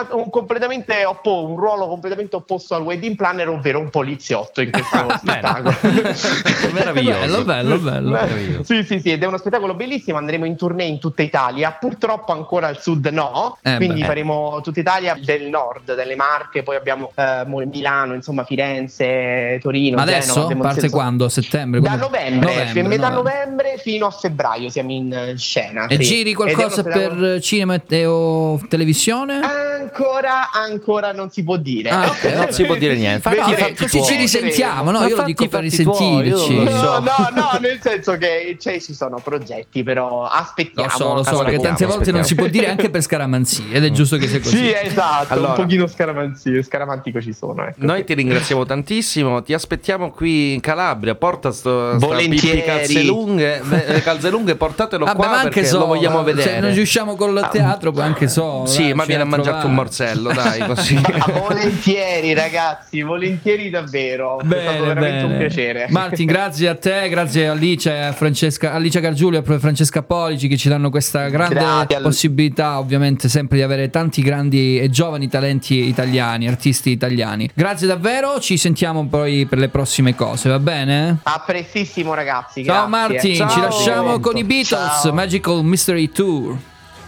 un ruolo completamente opposto al wedding planner, ovvero un poliziotto in questo spettacolo. Meraviglioso. Bello. Sì, ed è uno spettacolo bellissimo. Andremo in tournée in tutta Italia, purtroppo ancora al sud no, quindi faremo tutta Italia del nord, delle Marche, poi abbiamo Milano, insomma Firenze, Torino. Ma adesso parte quando? Settembre? Da novembre, metà novembre fino a febbraio siamo in scena. E giri qualcosa per cinema o televisione? Ancora non si può dire. Non si può dire niente. Così ci risentiamo, no? Io lo dico per risentirci. No, nel senso che ci sono progetti, però aspettiamo. Lo so, perché tante volte non si può dire anche per scaramanzie, ed è giusto che sia così. Sì, esatto, allora, un pochino scaramantico ci sono. Ecco. Noi ti ringraziamo tantissimo, ti aspettiamo qui in Calabria, porta sto Pippi Calzelunghe, portatelo qua perché lo vogliamo vedere. Se non riusciamo con il teatro, poi anche sì, ma viene a mangiarti un morsello, dai, così. Volentieri, ragazzi, volentieri davvero. È stato veramente un piacere. Martin, grazie a te, grazie a Alice Gargiulio e Francesca Polici, che ci danno questa grande possibilità, ovviamente, sempre di avere tanti grandi e giovani talenti italiani, artisti italiani. Grazie davvero, ci sentiamo poi per le prossime cose, va bene? A prestissimo, ragazzi. Ciao Martin, ci lasciamo con i Beatles. Ciao. Magical Mystery Tour.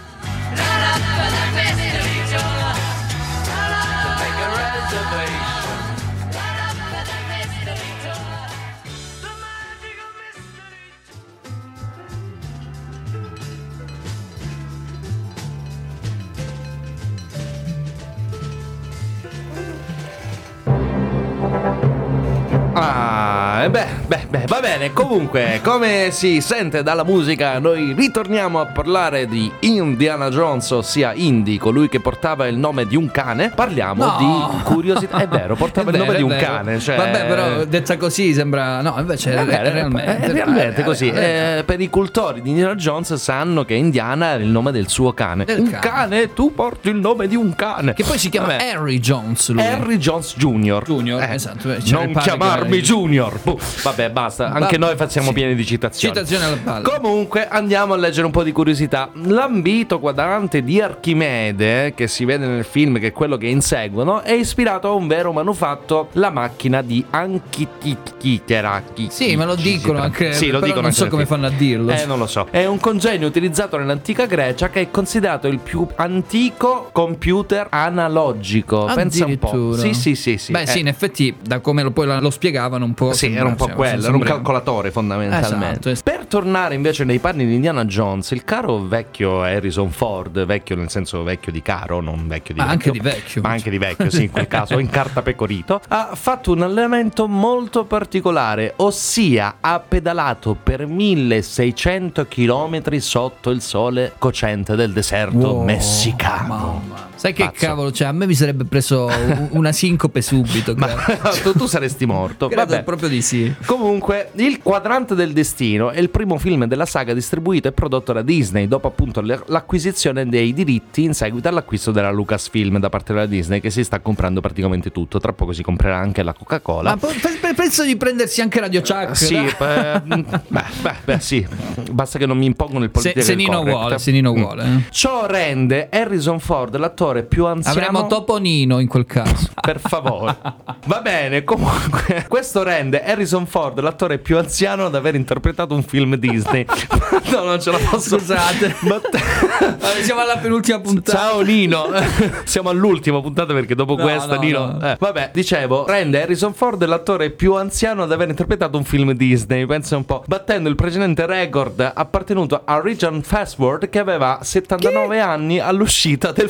Va bene, comunque, come si sente dalla musica, noi ritorniamo a parlare di Indiana Jones, ossia Indy, colui che portava il nome di un cane. Parliamo di curiosità. È vero, portava il nome di un cane. Cioè... Vabbè, però detta così sembra. No, invece è realmente così. Per i cultori di Indiana Jones sanno che Indiana era il nome del suo cane. Cane, tu porti il nome di un cane. Che poi si chiama Harry Jones. Harry Jones Jr. Esatto. Non chiamarmi Junior. Vabbè, basta. Anche noi siamo pieni di citazioni. Alla palla. Comunque andiamo a leggere un po' di curiosità. L'ambito quadrante di Archimede, che si vede nel film, che è quello che inseguono, è ispirato a un vero manufatto, la macchina di Anchiticchiteracchi. Sì, me lo dicono anche. Sì, lo dicono. Non so come fanno a dirlo. Non lo so. È un congegno utilizzato nell'antica Grecia, che è considerato il più antico computer analogico. Pensa un po'. Sì. Beh, sì, in effetti, da come poi lo spiegavano un po'. Sì, era un po' quello, era un calcolatore fondamentalmente. Esatto. Per tornare invece nei panni di Indiana Jones, il caro vecchio Harrison Ford, vecchio nel senso vecchio di caro, non vecchio di vecchio, ma anche di vecchio, sì, in quel caso in carta pecorito, ha fatto un allenamento molto particolare, ossia ha pedalato per 1600 km sotto il sole cocente del deserto messicano. Mamma. Sai che cavolo, cioè a me mi sarebbe preso una sincope subito. Ma tu saresti morto. Vabbè, proprio di sì. Comunque, Il Quadrante del Destino è il primo film della saga distribuito e prodotto da Disney, dopo appunto l'acquisizione dei diritti in seguito all'acquisto della Lucasfilm da parte della Disney, che si sta comprando praticamente tutto. Tra poco si comprerà anche la Coca-Cola. Ma penso di prendersi anche Radio Chuck. Sì, sì. Basta che non mi impongono il politico. Se Nino vuole. Ciò rende Harrison Ford l'attore più anziano. Avremo Toponino in quel caso. Per favore. Va bene, comunque questo rende Harrison Ford l'attore più anziano ad aver interpretato un film Disney. No, non ce la posso. Scusate. Siamo alla penultima puntata. Ciao Nino. Siamo all'ultima puntata perché dopo questa Nino. Vabbè, dicevo, rende Harrison Ford l'attore più anziano ad aver interpretato un film Disney. Pensa un po', battendo il precedente record appartenuto a Region Fastword, che aveva 79 anni all'uscita del film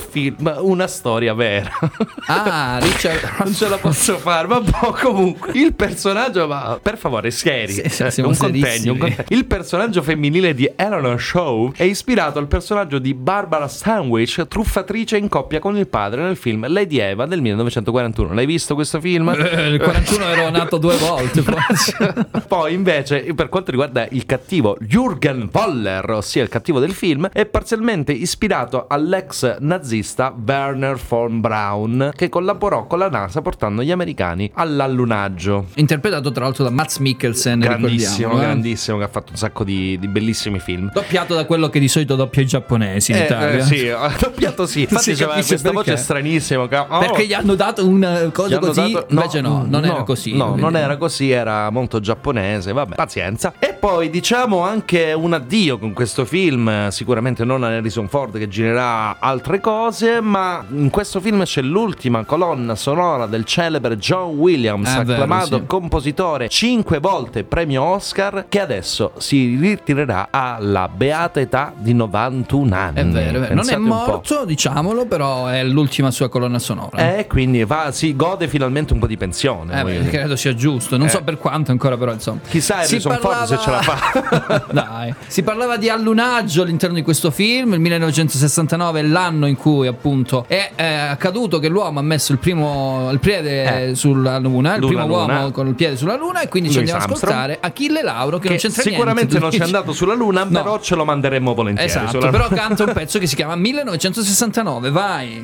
film una storia vera. Richard, non ce la posso fare, ma comunque il personaggio, ma per favore, seri, siamo un contegno. Il personaggio femminile di Eleanor Shaw è ispirato al personaggio di Barbara Stanwyck, truffatrice in coppia con il padre nel film Lady Eva del 1941. L'hai visto questo film? Il 41 ero nato 2 volte. Poi invece, per quanto riguarda il cattivo Jürgen Voller, ossia il cattivo del film, è parzialmente ispirato all'ex nazista Werner von Braun, che collaborò con la NASA portando gli americani all'allunaggio. Interpretato tra l'altro da Mads Mikkelsen, grandissimo, che ha fatto un sacco di bellissimi film. Doppiato da quello che di solito doppia i giapponesi in Italia. Sì, doppiato sì. Infatti c'è questa voce stranissima. Perché gli hanno dato una cosa così, invece non era così. No, non era così, era molto giapponese, vabbè, pazienza. E poi diciamo anche un addio con questo film, sicuramente non a Harrison Ford che girerà altre cose, ma in questo film c'è l'ultima colonna sonora del celebre John Williams, acclamato compositore 5 volte premio Oscar, che adesso si ritirerà alla beata età di 91 anni. È vero. Non è morto, diciamolo, però è l'ultima sua colonna sonora. Quindi si gode finalmente un po' di pensione. Credo sia giusto, non so per quanto ancora, però insomma. Chissà Harrison Ford se ce la fa. Dai. Si parlava di allunaggio all'interno di questo film. Il 1969 è l'anno in cui appunto è accaduto che l'uomo ha messo il piede sulla luna, il primo uomo con il piede sulla luna, e quindi ci andiamo ad ascoltare Achille Lauro, che non c'entra sicuramente niente. Non c'è andato sulla luna, no. Però ce lo manderemmo volentieri. Esatto, però canta un pezzo che si chiama 1969, vai.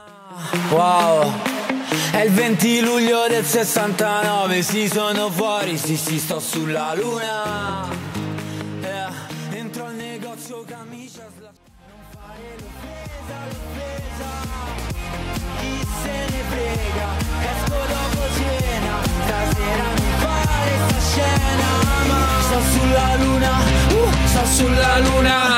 Wow, è il 20 luglio del 69, sì sono fuori, sì sto sulla luna. Entro al negozio, camicia, non fare l'offesa, chi se ne frega, esco dopo cena, stasera mi pare sta scena, ma sto sulla luna.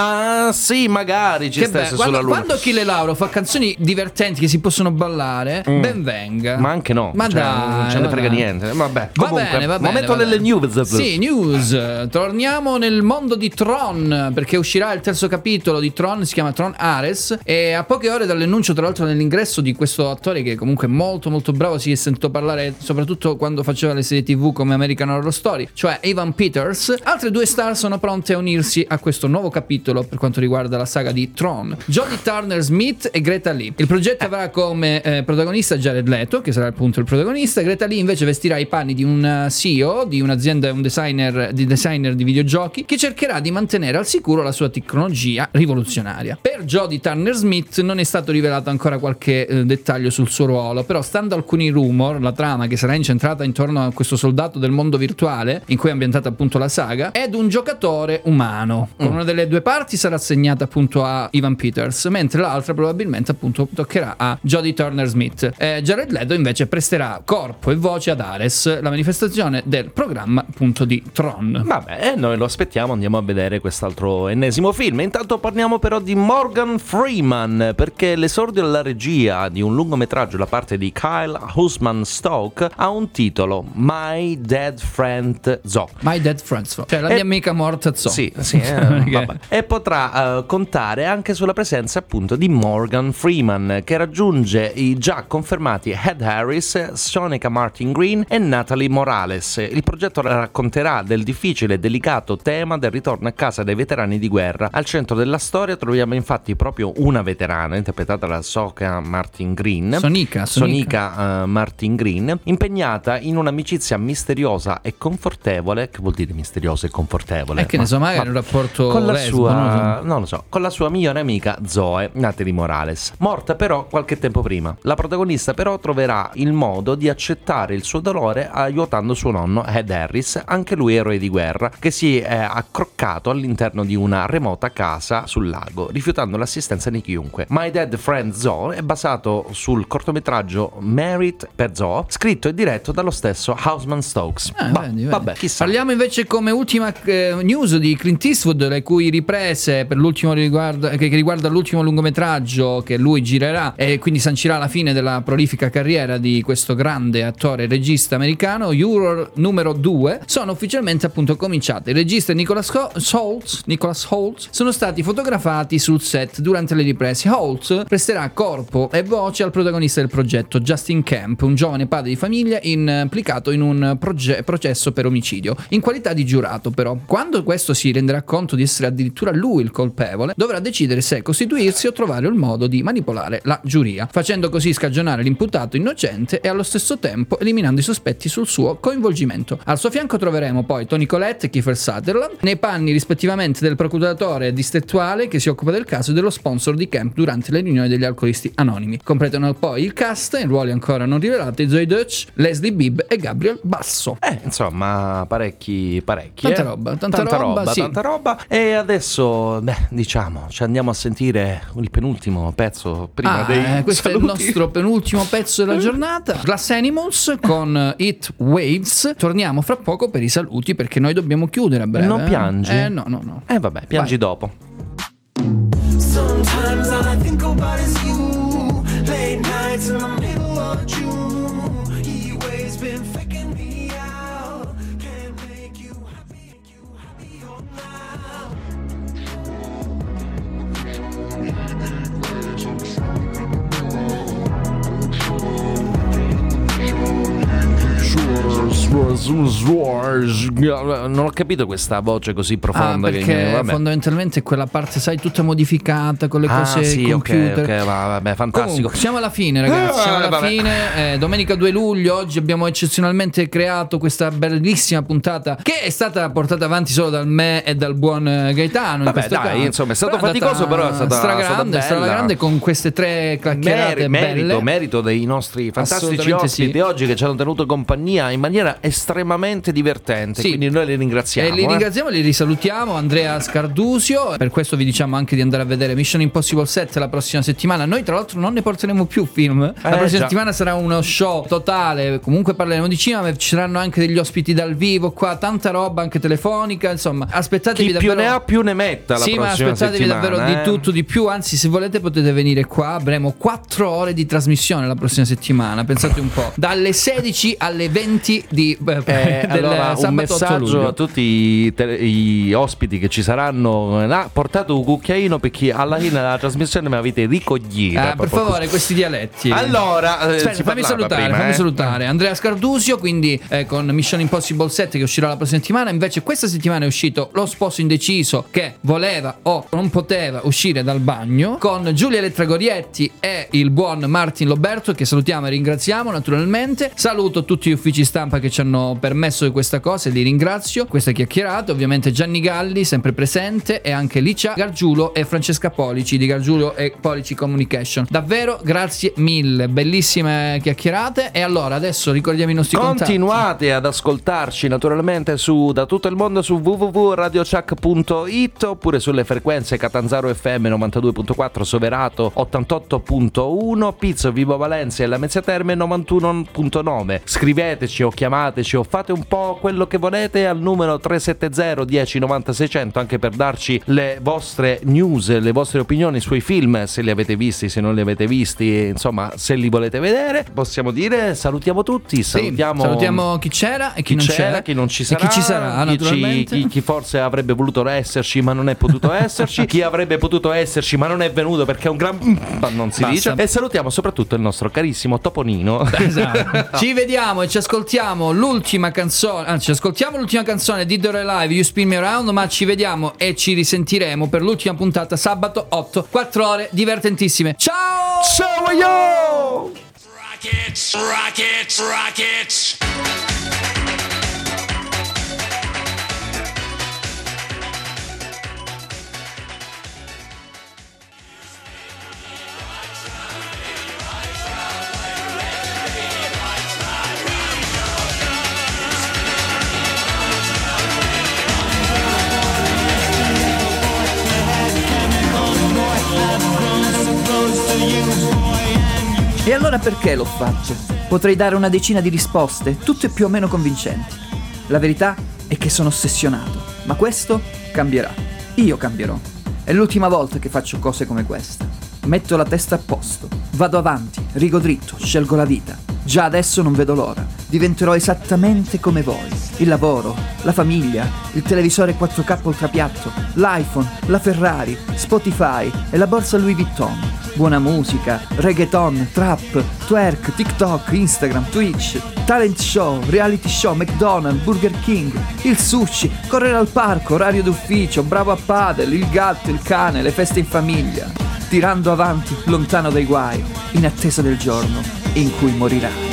Sì, magari ci stesse sulla luna. Quando Achille Lauro fa canzoni divertenti che si possono ballare, ben venga. Ma anche no, ma dai, non ce ne frega niente. Vabbè, comunque, va bene, momento delle news. Sì, news. Torniamo nel mondo di Tron, perché uscirà il terzo capitolo di Tron, si chiama Tron Ares, e a poche ore dall'annuncio, tra l'altro, dell'ingresso di questo attore che comunque è molto molto bravo, si è sentito parlare soprattutto quando faceva le serie TV come American Horror Story, cioè Evan Peters. Altre 2 star sono pronte a unirsi a questo nuovo capitolo per quanto riguarda la saga di Tron: Jodie Turner-Smith e Greta Lee. Il progetto avrà come protagonista Jared Leto, che sarà appunto il protagonista. Greta Lee invece vestirà i panni di un CEO di un'azienda, un designer di videogiochi, che cercherà di mantenere al sicuro la sua tecnologia rivoluzionaria. Per Jodie Turner-Smith non è stato rivelato ancora qualche dettaglio sul suo ruolo, però stando alcuni rumor, la trama, che sarà incentrata intorno a questo soldato del mondo virtuale in cui è ambientata appunto la saga, è un giocatore umano. Con una delle 2 parti sarà assegnata appunto a Evan Peters, mentre l'altra probabilmente appunto toccherà a Jodie Turner-Smith. Jared Leto invece presterà corpo e voce ad Ares, la manifestazione del programma appunto di Tron. Vabbè, noi lo aspettiamo, andiamo a vedere quest'altro ennesimo film. Intanto parliamo però di Morgan Freeman, perché l'esordio alla regia di un lungometraggio da parte di Kyle Husman-Stoke ha un titolo: My Dead Friend Zoe. My Dead Friend Zoe, cioè la mia amica morta Zoe. Sì, vabbè. E potrà contare anche sulla presenza appunto di Morgan Freeman, che raggiunge i già confermati Ed Harris, Soneca Martin Green e Natalie Morales. Il progetto racconterà del difficile e delicato tema del ritorno a casa dei veterani di guerra. Al centro della storia troviamo infatti proprio una veterana interpretata da Soneca Martin Green, Soneca Martin Green, impegnata in un'amicizia misteriosa e confortevole. Che vuol dire misteriosa e confortevole? Che ne so, magari un rapporto con la sua, non lo so, con la sua migliore amica Zoe, Natalie Morales, morta però qualche tempo prima. La protagonista però troverà il modo di accettare il suo dolore aiutando suo nonno Ed Harris, anche lui eroe di guerra, che si è accroccato all'interno di una remota casa sul lago, rifiutando l'assistenza di chiunque. My Dead Friend Zoe è basato sul cortometraggio Merit per Zoe, scritto e diretto dallo stesso Husman-Stokes. Vedi. Vabbè, chissà. Parliamo invece come ultima news di Clint Eastwood, le cui riprese per l'ultimo che riguarda l'ultimo lungometraggio che lui girerà e quindi sancirà la fine della prolifica carriera di questo grande attore e regista americano. Juror numero 2 sono ufficialmente appunto cominciate. Il regista e Nicholas Hoult sono stati fotografati sul set durante le riprese. Hoult presterà corpo e voce al protagonista del progetto, Justin Camp, un giovane padre di famiglia implicato in un processo per omicidio, in qualità di giurato. Però quando questo si renderà conto di essere addirittura lui il colpevole, dovrà decidere se costituirsi o trovare il modo di manipolare la giuria, facendo così scagionare l'imputato innocente e allo stesso tempo eliminando i sospetti sul suo coinvolgimento. Al suo fianco troveremo poi Toni Collette e Kiefer Sutherland nei panni rispettivamente del procuratore distrettuale che si occupa del caso e dello sponsor di Camp durante le riunioni degli alcolisti anonimi. Completano poi il cast in ruoli ancora non rivelati Zoe Deutch, Leslie Bibb e Gabriel Basso. Insomma, parecchi. Tanta roba, sì. Tanta roba. E adesso, diciamo, ci andiamo a sentire il penultimo pezzo prima dei questo saluti. È il nostro penultimo pezzo della giornata, Glass Animals con Heat Waves. Torniamo fra poco per i saluti perché noi dobbiamo chiudere a breve. Non piangi? No. Vabbè, piangi dopo. Sometimes all I think about is you. Late nights in the middle of June. He always been faking me out. Can't make you happy all now. Non ho capito questa voce così profonda. Perché fondamentalmente quella parte, sai, tutta modificata con le cose computer. Ok, vabbè, fantastico. Comunque, siamo alla fine, ragazzi. Siamo alla fine. Domenica 2 luglio. Oggi abbiamo eccezionalmente creato questa bellissima puntata che è stata portata avanti solo dal me e dal buon Gaetano. Vabbè, dai, insomma, è stato faticoso, però è stata stragrande con queste 3 clacchierate belle. Merito dei nostri fantastici ospiti oggi che ci hanno tenuto compagnia in maniera estremamente divertente. Quindi noi li ringraziamo. Li ringraziamo, li risalutiamo. Andrea Scardusio. Per questo vi diciamo anche di andare a vedere Mission Impossible 7 la prossima settimana. Noi tra l'altro non ne porteremo più film. La prossima settimana sarà uno show totale. Comunque parleremo di cinema, ma ci saranno anche degli ospiti dal vivo qua, tanta roba anche telefonica. Insomma, aspettatevi chi davvero. Più ne ha più ne metta la prossima settimana. Ma aspettatevi davvero di tutto, di più. Anzi, se volete potete venire qua. Avremo 4 ore di trasmissione la prossima settimana. Pensate un po'. Dalle 16 alle 20 di allora, un messaggio a tutti i ospiti che ci saranno. Portate un cucchiaino perché alla fine della trasmissione mi avete ricoglito. Per favore, questi dialetti. Allora, aspetta, fammi salutare Andrea Scardusio, quindi con Mission Impossible 7 che uscirà la prossima settimana. Invece questa settimana è uscito Lo sposo indeciso che voleva o non poteva uscire dal bagno, con Giulia Elettra Gorietti e il buon Martin Loberto, che salutiamo e ringraziamo naturalmente. Saluto tutti gli uffici stampa che ci hanno permesso di questa cosa e li ringrazio. Questa chiacchierata, ovviamente Gianni Galli sempre presente, e anche Licia Gargiulo e Francesca Polici di Gargiulo e Polici Communication. Davvero grazie mille, bellissime chiacchierate. E allora adesso ricordiamo i nostri continuate ad ascoltarci naturalmente da tutto il mondo su www.radiochuck.it oppure sulle frequenze Catanzaro FM 92.4, Soverato 88.1, Pizzo, Vibo Valencia e Lamezia Terme 91.9. Scriveteci o chiamateci o fate un po' quello che volete al numero 370 10 90 600 anche per darci le vostre news, le vostre opinioni sui film, se li avete visti, se non li avete visti, insomma, se li volete vedere. Possiamo dire salutiamo tutti, salutiamo chi c'era e chi non c'era, chi non ci sarà, e chi ci sarà, naturalmente. Chi forse avrebbe voluto esserci ma non è potuto esserci, chi avrebbe potuto esserci ma non è venuto perché è un gran non si dice. E salutiamo soprattutto il nostro carissimo Toponino. Esatto. Ci vediamo e ci ascoltiamo l'ultima canzone, di Dead or Alive, You Spin Me Around, ma ci vediamo e ci risentiremo per l'ultima puntata sabato 8, 4 ore divertentissime. Ciao! Ciao yo! Rockets, rockets, rockets. E allora perché l'ho fatto? Potrei dare una decina di risposte, tutte più o meno convincenti. La verità è che sono ossessionato, ma questo cambierà. Io cambierò. È l'ultima volta che faccio cose come questa. Metto la testa a posto, vado avanti, rigo dritto, scelgo la vita. Già adesso non vedo l'ora. Diventerò esattamente come voi. Il lavoro, la famiglia, il televisore 4K ultrapiatto, l'iPhone, la Ferrari, Spotify e la borsa Louis Vuitton. Buona musica, reggaeton, trap, twerk, TikTok, Instagram, Twitch, talent show, reality show, McDonald's, Burger King, il sushi, correre al parco, orario d'ufficio, bravo a padel, il gatto, il cane, le feste in famiglia. Tirando avanti, lontano dai guai, in attesa del giorno in cui morirai.